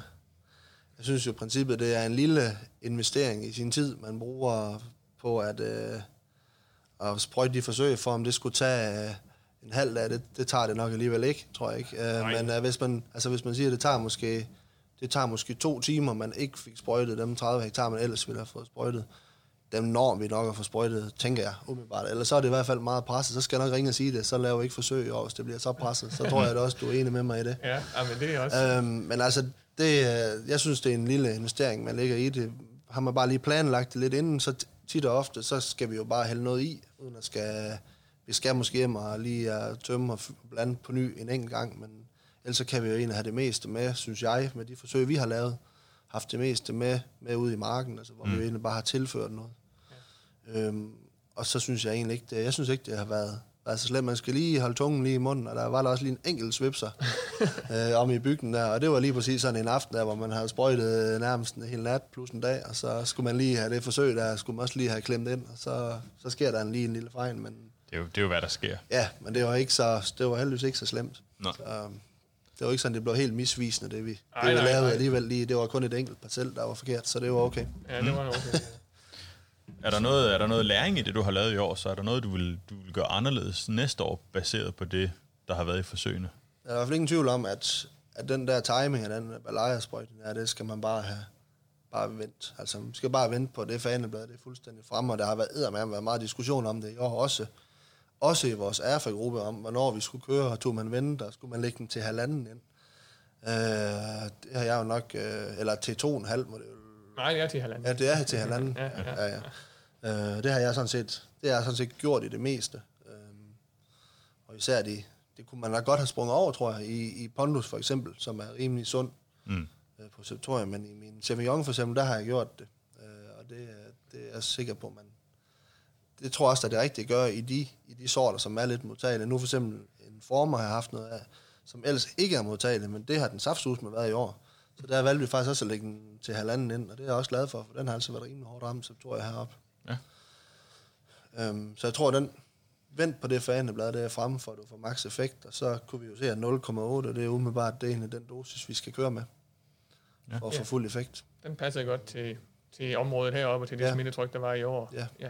Speaker 2: i princippet, det er en lille investering i sin tid, man bruger på at sprøjte de forsøg, for om det skulle tage en halv dag, det tager det nok alligevel ikke, tror jeg ikke. Men hvis man siger, at det tager måske 2 timer, man ikke fik sprøjtet dem 30 hektar, man ellers ville have fået sprøjtet, dem når vi nok at få sprøjtet, tænker jeg umiddelbart. Eller så er det i hvert fald meget presset, så skal jeg nok ringe og sige det, så laver jeg ikke forsøg i år, hvis det bliver så presset. Så tror jeg da også, du er enig med mig i det.
Speaker 3: Ja, men det er også...
Speaker 2: Men altså, jeg synes, det er en lille investering, man lægger i det. Har man bare lige planlagt det lidt inden, så tit og ofte, så skal vi jo bare hælde noget i, uden at vi skal måske hjem og lige tømme og blande på ny en enkelt gang, men ellers så kan vi jo egentlig have det meste med, synes jeg, med de forsøg, vi har lavet, haft det meste med ude i marken, altså, hvor vi jo egentlig bare har tilført noget. Ja. Og så synes jeg egentlig ikke, jeg synes ikke, det har været så slemt. Man skal lige holde tungen lige i munden, og der var der også lige en enkelt svipser om i bygden der, og det var lige præcis sådan en aften der, hvor man havde sprøjtet nærmest en hel nat plus en dag, og så skulle man lige have det forsøg der, skulle man også lige have klemt ind, og så sker der en lille fejl, men
Speaker 1: det er jo hvad der sker.
Speaker 2: Ja, men det var heldigvis ikke så slemt. Så, det var ikke sådan, det blev helt misvisende, det vi lavede alligevel lige. Det var kun et enkelt parcel, der var forkert, så det var okay.
Speaker 3: Ja, det var okay.
Speaker 1: Er der noget læring i det, du har lavet i år, så er der noget, du vil gøre anderledes næste år, baseret på det, der har været i forsøgene?
Speaker 2: Der er i hvert fald ingen tvivl om, at den der timing af den balajersprøjten, det skal man bare vente. Altså, man skal bare vente på det faneblad, det er fuldstændig fremme, og der har været meget diskussion om det i år også i vores erfagruppe om, hvornår vi skulle køre, og tog man vente, og skulle man lægge den til 1,5 ind. Det har jeg jo nok, eller til 2,5 må det jo.
Speaker 3: Nej, det er til 1,5.
Speaker 2: Ja, det er til 1,5. Ja. Det har jeg sådan set gjort i det meste. Og især det kunne man da godt have sprunget over, tror jeg, i Pondus for eksempel, som er rimelig sund på septorium, men i min Semillon for eksempel, der har jeg gjort det. Og det er jeg sikker på, man. Det tror jeg også, at det rigtigt gør i de sorter, som er lidt modtagelige. Nu for eksempel en former har jeg haft noget af, som ellers ikke er modtagelig, men det har den saftsus med været i år. Så der valgte vi faktisk også at lægge den til 1,5 ind, og det er jeg også glad for den har altså været rimelig hårdt ramt, så tror jeg heroppe. Ja. Så jeg tror, den vent på det faneblad, der er fremme, for at du får max effekt, og så kunne vi jo se, at 0,8, det er umiddelbart det den dosis, vi skal køre med, for at få fuld effekt. Den
Speaker 3: passer godt til området heroppe, og til det smittetryk, der var i år.
Speaker 2: Ja.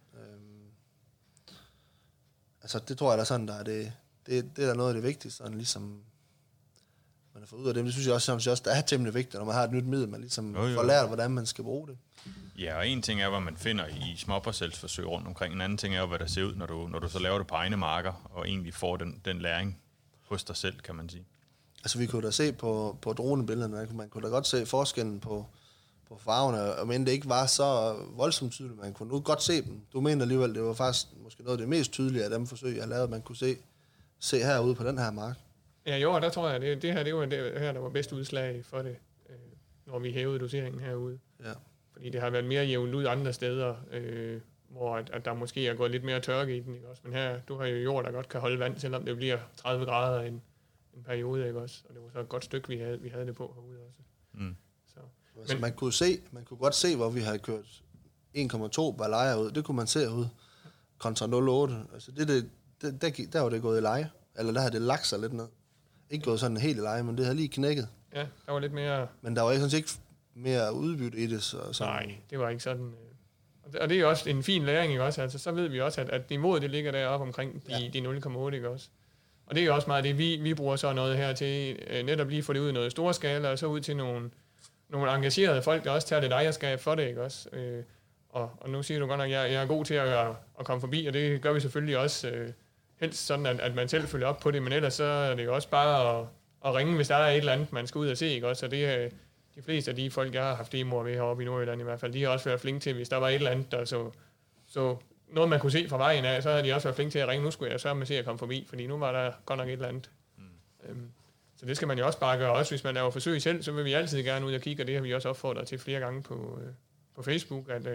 Speaker 2: Altså, det tror jeg, der er sådan, der er det er der noget af det vigtigste, sådan ligesom man har fået ud af det. Det synes jeg også, der er temmelig vigtigt, når man har et nyt middel, man ligesom får lært, hvordan man skal bruge det.
Speaker 1: Ja, og en ting er, hvad man finder i småparcelsforsøg rundt omkring. En anden ting er jo, hvad der ser ud, når du så laver det på egne marker, og egentlig får den læring hos dig selv, kan man sige.
Speaker 2: Altså, vi kunne da se på dronebillederne, man kunne da godt se forskellen på farverne, og men det ikke var så voldsomt tydeligt, man kunne nu godt se dem. Du mener alligevel, det var faktisk måske noget af det mest tydelige af dem forsøg, jeg har lavet, man kunne se herude på den her mark.
Speaker 3: Ja, jo, der tror jeg, det var det her, der var bedst udslag for det, når vi hævede doseringen herude. Ja. Fordi det har været mere jævnt ud andre steder, hvor at der måske er gået lidt mere tørke i den, ikke også? Men her, du har jo jord, der godt kan holde vand, selvom det bliver 30 grader en periode, ikke også? Og det var så et godt stykke, vi havde det på herude også. Mm.
Speaker 2: Så man kunne godt se, hvor vi havde kørt 1,2 balajer ud. Det kunne man se herude kontra 0,8. Altså der var det gået i leje. Eller der havde det lagt sig lidt ned. Ikke gået sådan helt i leje, men det havde lige knækket.
Speaker 3: Ja, der var lidt mere...
Speaker 2: Men der var ikke mere udbytte i det. Så.
Speaker 3: Nej, det var ikke sådan... Og det er også en fin læring, ikke også? Altså, så ved vi også, at niveauet det ligger deroppe omkring de 0,8, ikke også? Og det er jo også meget det, vi bruger så noget her til, netop lige få det ud i noget store skala, og så ud til nogle engagerede folk, der også tager lidt ejerskab for det, ikke også? Og nu siger du godt nok, at jeg er god til at komme forbi, og det gør vi selvfølgelig også helst sådan, at man selv følger op på det, men ellers så er det jo også bare at ringe, hvis der er et eller andet, man skal ud og se, ikke også? Og det er de fleste af de folk, jeg har haft demoer ved heroppe i Nordjylland i hvert fald, de har også været flinke til, hvis der var et eller andet, der så noget, man kunne se fra vejen af, så havde de også været flinke til at ringe, nu skulle jeg sørge med at se at komme forbi, fordi nu var der godt nok et eller andet. Så det skal man jo også bare gøre. Også hvis man laver forsøg selv, så vil vi altid gerne ud og kigge, og det har vi også opfordret til flere gange på Facebook, at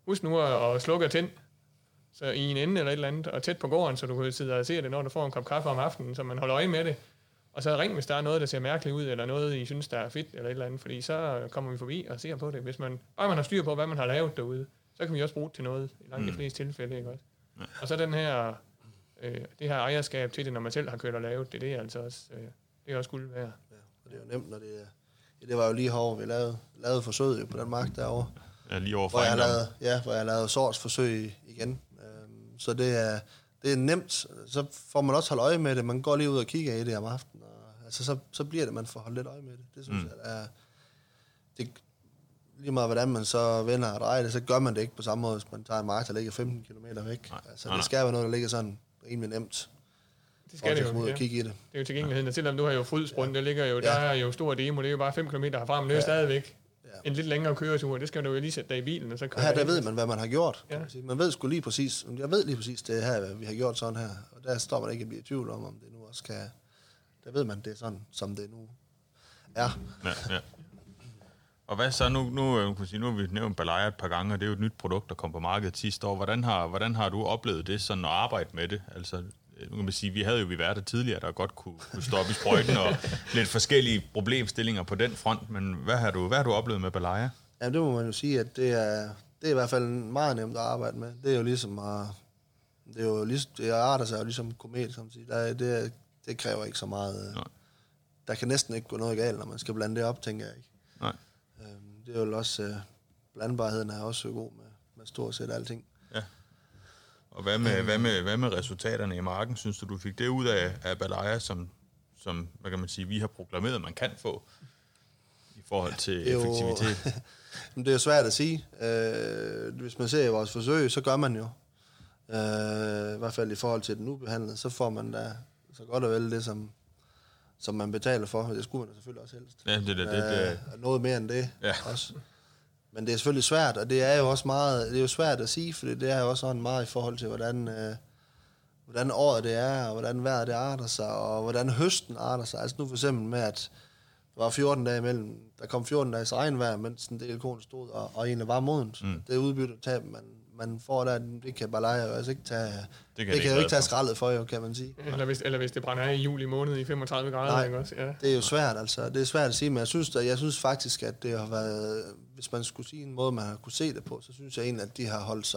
Speaker 3: husk nu at slukke og tænde, så i en ende eller et eller andet, og tæt på gården, så du kan sidde og se det, når du får en kop kaffe om aftenen, så man holder øje med det. Og så ring, hvis der er noget, der ser mærkeligt ud, eller noget, I synes, der er fedt, eller et eller andet, fordi så kommer vi forbi og ser på det. Hvis man har styr på, hvad man har lavet derude, så kan vi også bruge det til noget, i langt de fleste tilfælde, ikke også? Ja. Og så den her, det her ejerskab til det, når man selv har kørt og lavet det, det er altså også, det er også guld værd.
Speaker 2: Ja, og det er jo nemt, når det er... Ja, det var jo lige herovre, vi lavede forsøget på den mark derovre.
Speaker 1: Ja, lige over for
Speaker 2: hvor jeg lavede sortsforsøg igen. Så det er nemt. Så får man også holde øje med det. Man går lige ud og kigger i det om aftenen. Og, altså, så bliver det, man får holdt lidt øje med det. Det synes jeg er... Det, lige meget hvordan man så vender og drejer det, så gør man det ikke på samme måde, hvis man tager en mark, der ligger 15 km væk. Altså, det skal være noget, der ligger sådan rimelig nemt.
Speaker 3: Det skal det jo,
Speaker 2: ja. Kigge i det.
Speaker 3: Det er jo tilgængeligheden. Og selvom du har jo Frydsbrunn, der ligger jo, der er jo stor demo, det er jo bare 5 km herfra, men det er jo stadigvæk en lidt længere køretur. Det skal du jo lige sætte dig i bilen, og så kører
Speaker 2: der ved man, hvad man har gjort. Kan man sige. Man ved sgu lige præcis, jeg ved lige præcis det her, vi har gjort sådan her, og der står man ikke at blive i tvivl om det nu også kan, der ved man, det er sådan, som det nu er.
Speaker 1: Ja. Og hvad så, nu har vi nævnt Balaya et par gange, og det er jo et nyt produkt, der kom på markedet sidste år. Hvordan har du oplevet det, sådan at arbejde med det? Altså, nu kan man sige, vi havde jo været der tidligere, der godt kunne stoppe i sprøjten, og lidt forskellige problemstillinger på den front, men hvad har du oplevet med Balaya?
Speaker 2: Ja, det må man jo sige, at det er i hvert fald meget nemt at arbejde med. Det er jo ligesom det arter sig jo ligesom komet, som siger. Det kræver ikke så meget. Nej. Der kan næsten ikke gå noget galt, når man skal blande det op, tænker jeg ikke.
Speaker 1: Nej.
Speaker 2: Det er jo også, blandbarheden er også god med stort set alting.
Speaker 1: Ja. Og hvad med resultaterne i marken? Synes du fik det ud af Balaya, som hvad kan man sige, vi har proklameret, man kan få i forhold til effektivitet?
Speaker 2: Det er jo svært at sige. Hvis man ser i vores forsøg, så gør man jo. I hvert fald i forhold til den ubehandlede, så får man da så godt og vel det, som man betaler for. Det skulle man da selvfølgelig også helst.
Speaker 1: Ja, det.
Speaker 2: Noget mere end det også. Men det er selvfølgelig svært, og det er jo også meget, det er jo svært at sige, for det er jo også sådan meget i forhold til, hvordan året det er, og hvordan vejret det arter sig, og hvordan høsten arter sig. Altså nu for eksempel med, at der var 14 dage imellem, der kom 14 dages regnvejr, mens en del korn stod, og egentlig var modent. Det udbyttetab, man får der, det kan Balaya jo altså ikke tage, det kan jo ikke tage skraldet for, jo, kan man sige.
Speaker 3: Eller hvis det brænder af i juli måned i 35 grader.
Speaker 2: Nej,
Speaker 3: ikke også? Ja.
Speaker 2: Det er jo svært, altså. Det er svært at sige, men jeg synes faktisk, at det har været, hvis man skulle sige en måde, man har kunne se det på, så synes jeg egentlig, at de har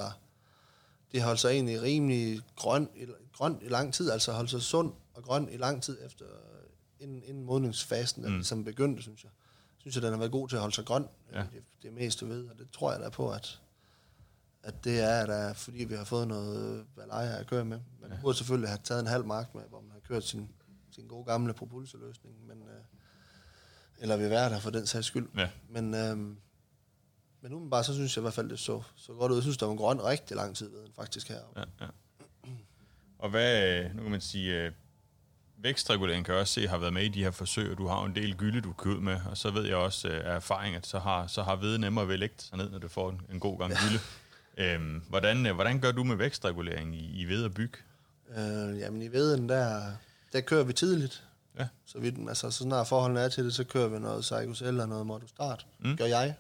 Speaker 2: holdt sig egentlig rimelig grøn i lang tid, altså holdt sig sund og grøn i lang tid efter, inden modningsfasen, som begyndte, synes jeg. Synes jeg, den har været god til at holde sig grøn, det meste ved, og det tror jeg da på, at det er fordi vi har fået noget Balaya at køre med. Man burde selvfølgelig have taget en halv mark med, hvor man har kørt sin gode gamle propulserløsning, eller vil være der for den sags skyld. Ja. Men umiddelbart, så synes jeg i hvert fald, det så godt ud. Jeg synes, der var grøn rigtig lang tid ved den faktisk her.
Speaker 1: Ja. Og hvad, nu kan man sige, vækstregulering kan jeg også se har været med i de her forsøg, og du har jo en del gylde, du kører ud med, og så ved jeg også af erfaring, at så har hvede nemmere ved at lægge sig ned, når du får en god gang gylde. Hvordan gør du med vækstregulering i ved og byg?
Speaker 2: Jamen i veden, der kører vi tidligt.
Speaker 1: Ja.
Speaker 2: Så snart forholdene er til det, så kører vi noget Psychocell og noget Modustart. Gør jeg.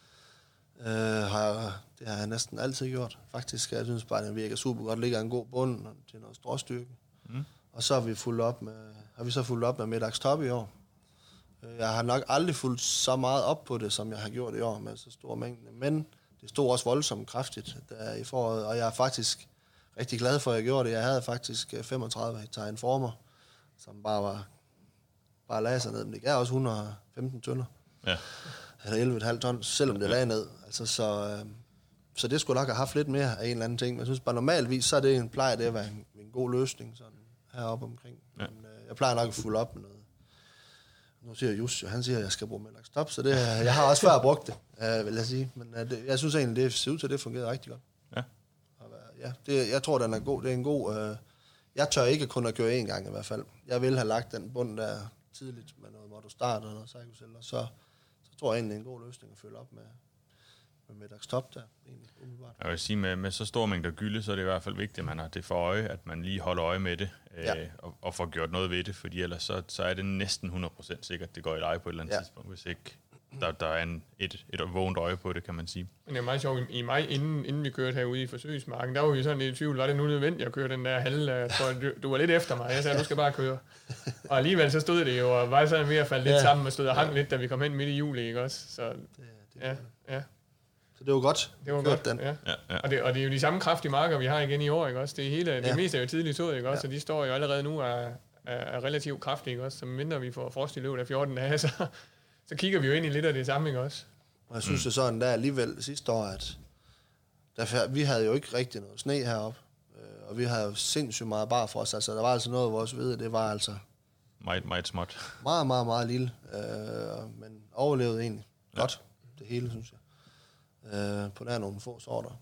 Speaker 2: Det har jeg næsten altid gjort. Faktisk, jeg synes bare, den virker super godt. Ligger en god bund til noget stråstyrke. Og så har vi fulgt op med middagstop i år. Jeg har nok aldrig fulgt så meget op på det, som jeg har gjort i år med så stor mængde. Men det stod også voldsomt kraftigt der i foråret, og jeg er faktisk rigtig glad for, at jeg gjorde det. Jeg havde faktisk 35 hektar informer, som bare lagde sig ned. Men det gav også 115 tønder. Ja. Eller 11,5 ton, selvom det lagde ned. Altså, så det skulle nok have haft lidt mere af en eller anden ting. Men jeg synes bare normalvis, så er det plejer det at være en god løsning sådan heroppe omkring. Ja. Men jeg plejer nok at fulde op med noget. Nu siger Just, han siger, at jeg skal bruge Melak-Stop, så jeg har også før brugt det, vil jeg sige. Men jeg synes egentlig, det ser ud til, at det fungerer rigtig godt. Ja. Jeg tror, den er god. Det er en god... jeg tør ikke kun at køre én gang i hvert fald. Jeg vil have lagt den bund der tidligt med noget Modustart og noget Psychocell, og så tror jeg egentlig, det er en god løsning at følge op med Melak-Stop der, egentlig, umiddelbart.
Speaker 1: Jeg vil sige, med så stor mængder gylde, så er det i hvert fald vigtigt, at man har det for øje, at man lige holder øje med det, og får gjort noget ved det, fordi ellers så er det næsten 100% sikkert, det går i leje på et eller andet tidspunkt, hvis ikke der er et vågent øje på det, kan man sige.
Speaker 3: Men det er meget sjovt. I maj, inden vi kørte herude i forsøgsmarken, der var vi sådan lidt i tvivl, var det nu nødvendigt at køre den der halve? Jeg tror, du var lidt efter mig. Jeg sagde, du skal bare køre. Og alligevel så stod det jo, og var sådan ved at falde lidt sammen, og stod og hang lidt, da vi kom hen midt i juli, ikke også? Så, ja.
Speaker 2: Så det var godt.
Speaker 3: Det var godt,
Speaker 2: den.
Speaker 3: Ja. Og det er jo de samme kraftige marker, vi har igen i år, ikke også? Det meste er jo tidligt sået, ikke også? Så de står jo allerede nu er relativt kraftige, ikke også? Så mindre vi får frost i løbet af 14 dage, så kigger vi jo ind i lidt af det samme, ikke også?
Speaker 2: Og jeg synes det sådan, der alligevel sidste år, at vi havde jo ikke rigtig noget sne heroppe, og vi havde jo sindssygt meget bare for os. Altså, der var altså noget af vores hvede, det var altså
Speaker 1: meget småt.
Speaker 2: Meget, meget, meget lille, men overlevede egentlig godt, det hele, synes jeg. På nær nogle få sorter.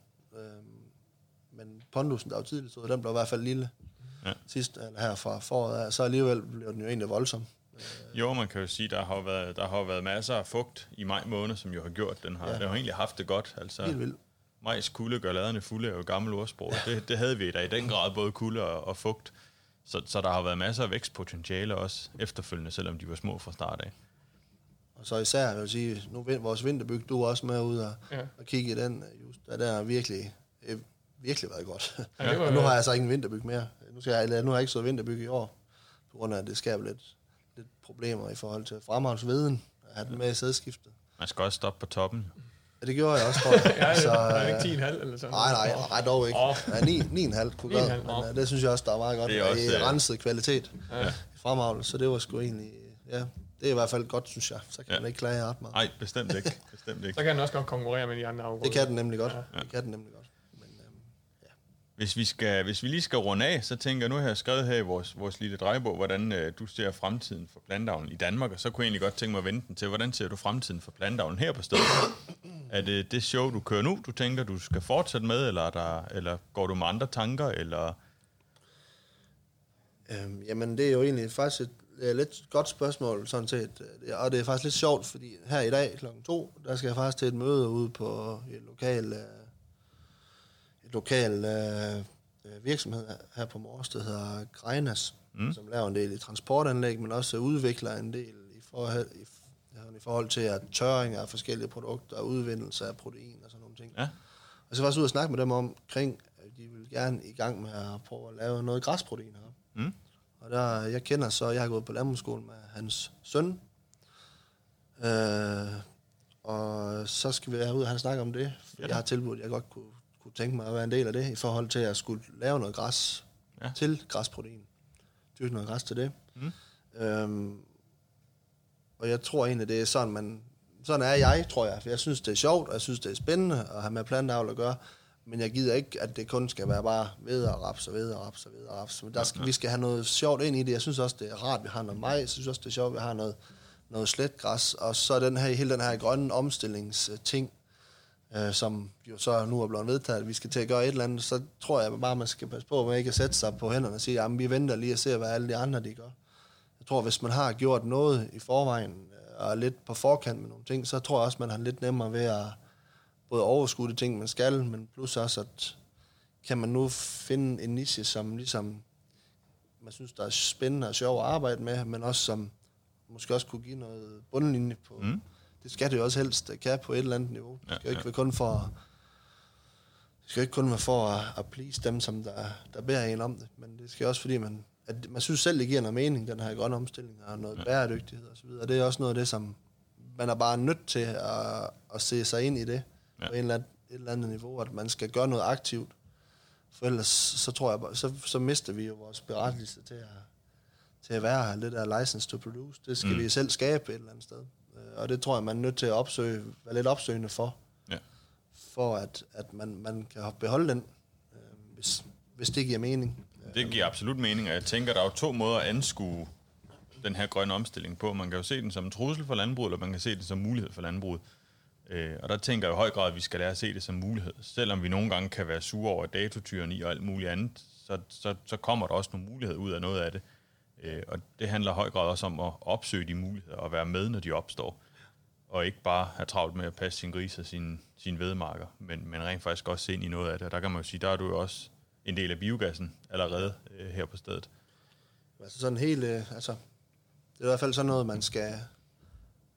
Speaker 2: Men pondusen, der var tidligt, så den blev i hvert fald lille sidst, eller her fra foråret af, så alligevel blev den jo egentlig voldsom.
Speaker 1: Jo, man kan jo sige, der har været masser af fugt i maj måned, som jo har gjort, den har egentlig haft det godt. Altså,
Speaker 2: helt vildt.
Speaker 1: Majs kulde gør laderne fulde er jo gammel ordsprog. Det havde vi da i den grad, både kulde og fugt. Så der har været masser af vækstpotentiale også efterfølgende, selvom de var små fra start af.
Speaker 2: Og så især, jeg vil sige, nu vores vinterbyg, du er også med ud og kigge i den, just, der har virkelig været godt. Ja. Og nu har jeg så ingen vinterbyg mere. Nu har jeg ikke så vinterbyg i år, på grund af, at det skaber lidt problemer i forhold til fremhavnsveden, at have den med i sædskiftet.
Speaker 1: Man skal også stoppe på toppen.
Speaker 2: Ja, det gjorde jeg også, tror jeg.
Speaker 3: Så, er det ikke 10,5 eller sådan?
Speaker 2: Nej, dog ikke. Ja, 9,5 kunne gøre, men det synes jeg også, der er meget godt. Det er også renset kvalitet i fremhavn, så det var sgu egentlig, det er i hvert fald godt, synes jeg. Så kan man ikke klage ret meget.
Speaker 1: Nej, bestemt ikke.
Speaker 3: Så kan den også godt konkurrere med de andre afgrøder.
Speaker 2: Det kan den nemlig godt. Men,
Speaker 1: Hvis vi lige skal runde af, så tænker jeg, nu har jeg skrevet her i vores lille drejebog, hvordan du ser fremtiden for planteavlen i Danmark, og så kunne jeg egentlig godt tænke mig at vente den til, hvordan ser du fremtiden for planteavlen her på stedet? Er det show, du kører nu, du tænker, du skal fortsætte med, eller går du med andre tanker, eller?
Speaker 2: Jamen, det er jo egentlig faktisk et lidt godt spørgsmål, sådan set. Og det er faktisk lidt sjovt, fordi her i dag kl. 2, der skal jeg faktisk til et møde ude på et lokal virksomhed her på Mors, der hedder Greinas, som laver en del i transportanlæg, men også udvikler en del i forhold til at tørring af forskellige produkter og udvindelse af protein og sådan nogle ting. Ja. Og så var jeg ude og snakke med dem omkring, at de vil gerne i gang med at prøve at lave noget græsprotein her. Og jeg har gået på landbrugsskolen med hans søn, og så skal vi ud og han snakke om det. Jeg har tilbudt, at jeg godt kunne tænke mig at være en del af det, i forhold til at skulle lave noget græs til græsprotein. Dyrke noget græs til det. Og jeg tror egentlig, det er sådan, sådan er jeg, tror jeg. For jeg synes, det er sjovt, og jeg synes, det er spændende at have med planteavl at gøre. Men jeg gider ikke, at det kun skal være bare ved og raps. Men vi skal have noget sjovt ind i det. Jeg synes også, det er rart, at vi har noget majs. Jeg synes også, det er sjovt, at vi har noget sletgræs. Og så hele den her grønne omstillingsting, som jo så nu er blevet vedtaget, at vi skal til at gøre et eller andet, så tror jeg bare, man skal passe på, at man ikke sætte sig på hænderne og sige, jamen vi venter lige og ser, hvad alle de andre de gør. Jeg tror, hvis man har gjort noget i forvejen, og er lidt på forkant med nogle ting, så tror jeg også, man har lidt nemmere ved at både overskue de ting, man skal, men plus også, at kan man nu finde en niche, som ligesom man synes, der er spændende og sjovt at arbejde med, men også som måske også kunne give noget bundlinje på. Det skal det jo også helst kan på et eller andet niveau. Det skal jo ikke kun være for at please dem, som der bærer en om det, men det skal også fordi, man synes selv, det giver noget mening, den her grønne omstilling, og noget bæredygtighed og så videre. Det er også noget af det, som man er bare nødt til at se sig ind i det på et eller andet niveau, at man skal gøre noget aktivt. For ellers, så tror jeg bare, så mister vi jo vores berettigelse til at være her. Det der license to produce, det skal vi selv skabe et eller andet sted. Og det tror jeg, man er nødt til at være lidt opsøgende for. Ja. For at man kan beholde den, hvis det giver mening.
Speaker 1: Det giver absolut mening, og jeg tænker, der er jo 2 måder at anskue den her grønne omstilling på. Man kan jo se den som en trussel for landbruget, eller man kan se den som mulighed for landbruget. Og der tænker jeg i høj grad, at vi skal lære at se det som mulighed. Selvom vi nogle gange kan være sure over datotyranni og alt muligt andet, så kommer der også nogle muligheder ud af noget af det. Og det handler i høj grad også om at opsøge de muligheder og være med, når de opstår. Og ikke bare have travlt med at passe sin gris og sine hvedemarker, men rent faktisk også se ind i noget af det. Og der kan man jo sige, der er du jo også en del af biogassen allerede her på stedet.
Speaker 2: Altså sådan helt, det er i hvert fald sådan noget, man skal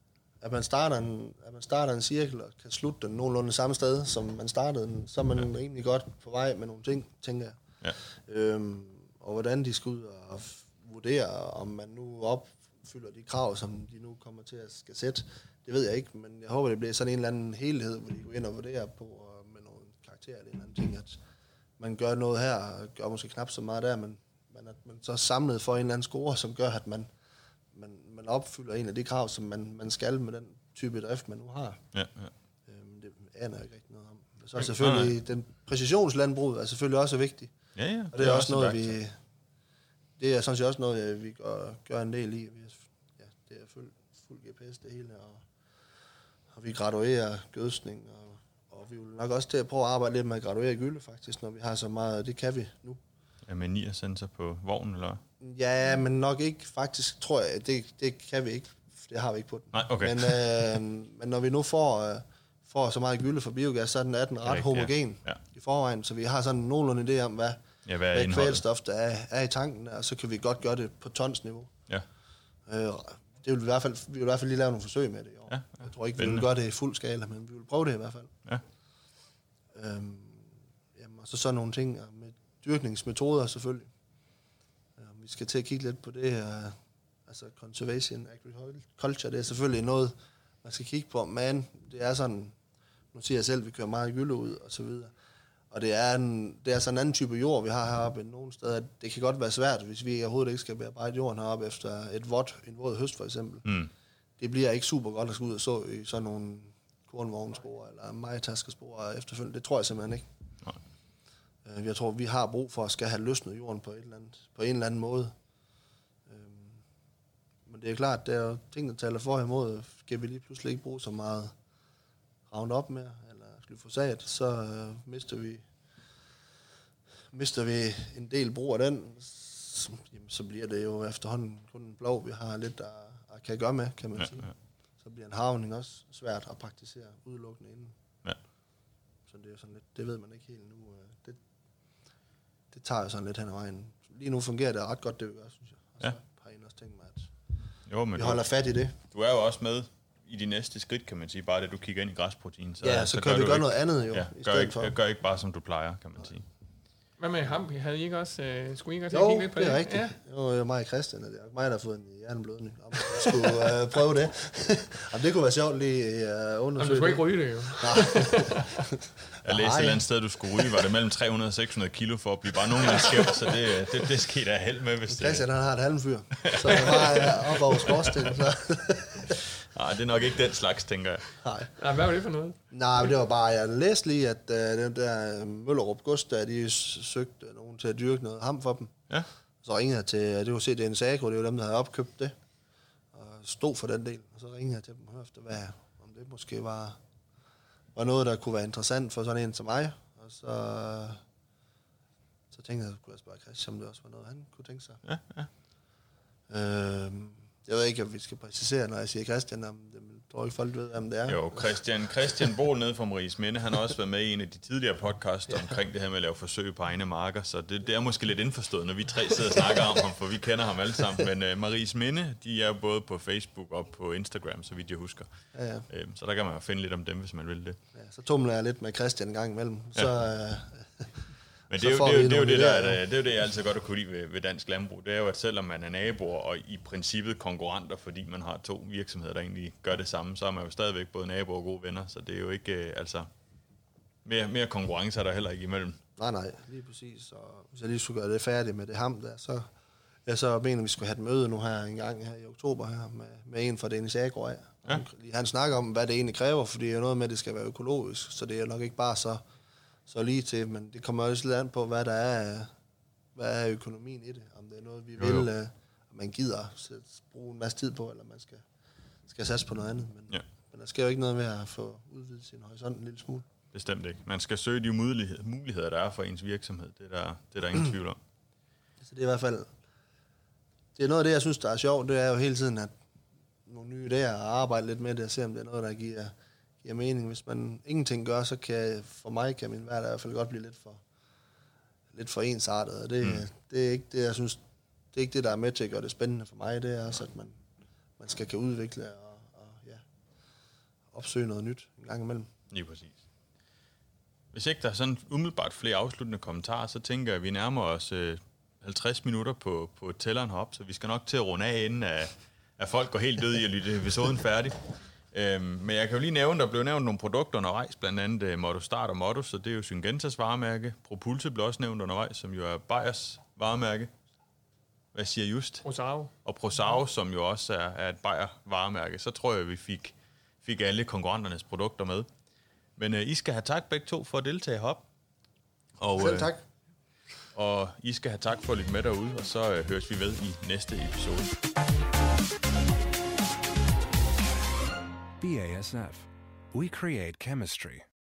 Speaker 2: at man starter en cirkel og kan slutte den nogenlunde samme sted, som man startede den, så er man rimelig godt på vej med nogle ting, tænker jeg. Ja. Og hvordan de skal ud og vurdere, om man nu opfylder de krav, som de nu kommer til at skal sætte, det ved jeg ikke, men jeg håber, det bliver sådan en eller anden helhed, hvor de går ind og vurderer på med nogle karakterer eller en anden ting, at man gør noget her, og gør måske knap så meget der, men at man så samlet for en eller anden score, som gør, at man opfylder en af de krav, som man skal med den type drift, man nu har. Ja. Det aner jeg ikke rigtig noget om. Så selvfølgelig, den præcisionslandbrug er selvfølgelig også vigtig. Ja, og det er også noget, det er sådan set også noget, vi gør en del i. Det er fuld GPS det hele, og vi graduerer gødskning, og vi vil nok også til at prøve at arbejde lidt med at graduere gylde, faktisk, når vi har så meget, det kan vi nu.
Speaker 1: Ja, med 9 sensor på vognen, eller?
Speaker 2: Ja, men nok ikke, faktisk, tror jeg, det kan vi ikke, det har vi ikke på den.
Speaker 1: Nej, okay.
Speaker 2: Men når vi nu får så meget gylde for biogas, så er den ret homogen i forvejen, så vi har sådan nogenlunde idé om, hvad kvælstof der er i tanken, og så kan vi godt gøre det på tonsniveau. Ja. Vi vil i hvert fald lige lave nogle forsøg med det i år. Ja, jeg tror ikke, vi vil gøre det i fuld skala, men vi vil prøve det i hvert fald. Ja. Og så nogle ting med dyrkningsmetoder selvfølgelig. Vi skal til at kigge lidt på det. Altså conservation agriculture, det er selvfølgelig noget, man skal kigge på, men det er sådan, nu siger jeg selv, vi kører meget gylde ud og så videre. Og det er sådan en anden type jord, vi har heroppe nogle steder. Det kan godt være svært, hvis vi overhovedet ikke skal bearbejde jorden heroppe efter en våd høst for eksempel. Mm. Det bliver ikke super godt at skulle ud og så i sådan nogle kornvognspor eller majtaskespor efterfølgende. Det tror jeg simpelthen ikke. Nej. Jeg tror, vi har brug for at skal have løsnet jorden på en eller anden måde. Men det er klart, der er jo ting, der taler for imod. Skal vi lige pludselig ikke bruge så meget Roundup mere, eller glyfosat, så mister vi en del brug af den, så bliver det jo efterhånden kun en blå, vi har lidt at kan gøre med, kan man sige. Ja. Så bliver en harvning også svært at praktisere udelukkende inden. Ja. Så det er jo sådan lidt, det ved man ikke helt nu. Det tager jo sådan lidt hen ad vejen. Lige nu fungerer det ret godt, det vi gør, synes jeg. Og så har jeg også tænkt mig, at vi holder fat i det.
Speaker 1: Du er jo også med i de næste skridt, kan man sige, bare det, du kigger ind i græsprotein.
Speaker 2: Så kan vi gøre noget andet jo, i stedet for.
Speaker 1: Gør ikke bare, som du plejer, kan man sige.
Speaker 3: Hvad med ham? Havde I ikke også, skulle I ikke også
Speaker 2: kigge
Speaker 3: lidt på
Speaker 2: det? Jo, det er rigtigt. Ja. Jo, mig og Christian, det er mig, der har fået en hjerneblødning. Om jeg skulle prøve det. Jamen, det kunne være sjovt lige undersøge.
Speaker 3: Men du skulle ikke ryge det, jo.
Speaker 1: Jeg læste et eller andet sted, du skulle ryge. Var det mellem 300 og 600 kilo for at blive bare nogenlunde skævt, så det skal I da held med, hvis det...
Speaker 2: Christian, han har et halmfyr, så jeg har op over skorstenen, så...
Speaker 1: Nej, det er nok ikke den slags, tænker jeg.
Speaker 3: Nej, hvad var det for noget?
Speaker 2: Nej, det var bare, jeg læste lige, at den der Møllerup Gods, der de søgte nogen til at dyrke noget ham for dem. Ja. Så ringede jeg til, det var CDN's Agro, det var dem, der havde opkøbt det, og stod for den del. Og så ringede jeg til dem og hørte, om det måske var noget, der kunne være interessant for sådan en som mig. Og så tænkte jeg, kunne jeg spørge Christian, om det også var noget, han kunne tænke sig. Ja. Jeg ved ikke, om vi skal præcisere, når jeg siger Christian, om det tror ikke folk ved, hvem det er.
Speaker 1: Jo, Christian Bohl nede fra Maries-Minde, han har også været med i en af de tidligere podcasts omkring det her med at lave forsøg på egne marker, så det er måske lidt indforstået, når vi tre sidder og snakker om ham, for vi kender ham alle sammen. Men Maries-Minde, de er både på Facebook og på Instagram, så vidt jeg husker. Ja. Så der kan man jo finde lidt om dem, hvis man vil det.
Speaker 2: Ja, så tumler jeg lidt med Christian en gang imellem. Ja.
Speaker 1: Men det er jo det, jeg altid godt at kunne lide ved dansk landbrug. Det er jo, at selvom man er naboer og i princippet konkurrenter, fordi man har to virksomheder, der egentlig gør det samme, så er man jo stadigvæk både naboer og gode venner. Så det er jo ikke, mere konkurrence er der heller ikke imellem.
Speaker 2: Nej, lige præcis. Og hvis jeg lige skulle gøre det færdigt med det ham der, så mener vi skulle have et møde nu her en gang her i oktober her med en fra Danish Agro. Ja. Han snakker om, hvad det egentlig kræver, fordi det er noget med, at det skal være økologisk, så det er nok ikke bare så lige til, men det kommer også lidt an på, hvad er økonomien i det. Om det er noget, vi vil, at man gider bruge en masse tid på, eller man skal satse på noget andet. Men der sker jo ikke noget med at få udvidet sin horisont en lille smule.
Speaker 1: Bestemt ikke. Man skal søge de muligheder, der er for ens virksomhed. Det er der ingen tvivl om.
Speaker 2: Så det er i hvert fald... Det er noget af det, jeg synes, der er sjovt. Det er jo hele tiden, at nogle nye idéer og arbejde lidt med det, og se, om det er noget, der giver mening. Hvis man ingenting gør, så kan min hverdag i hvert fald godt blive lidt for ensartet. Og det er ikke det, jeg synes, det er ikke det, der er med til at gøre det spændende for mig. Det er også, at man skal kan udvikle og opsøge noget nyt en gang imellem.
Speaker 1: Lige præcis. Hvis ikke der er sådan umiddelbart flere afsluttende kommentarer, så tænker jeg, at vi nærmer os 50 minutter på tælleren heroppe, så vi skal nok til at runde af, inden at folk går helt død i at lytte episoden færdig. Men jeg kan jo lige nævne, der blev nævnt nogle produkter undervejs, blandt andet Motto Start og Motto, så det er jo Syngentas varemærke. Propulse blev også nævnt undervejs, som jo er Beyers varemærke. Hvad siger Just?
Speaker 3: Prosaro.
Speaker 1: Og Prosaro, som jo også er et Beyer varemærke. Så tror jeg, vi fik alle konkurrenternes produkter med. Men I skal have tak begge to for at deltage heroppe. Og,
Speaker 2: selv tak.
Speaker 1: Og I skal have tak for at lytte med derude, og så høres vi ved i næste episode.
Speaker 4: BASF. We create chemistry.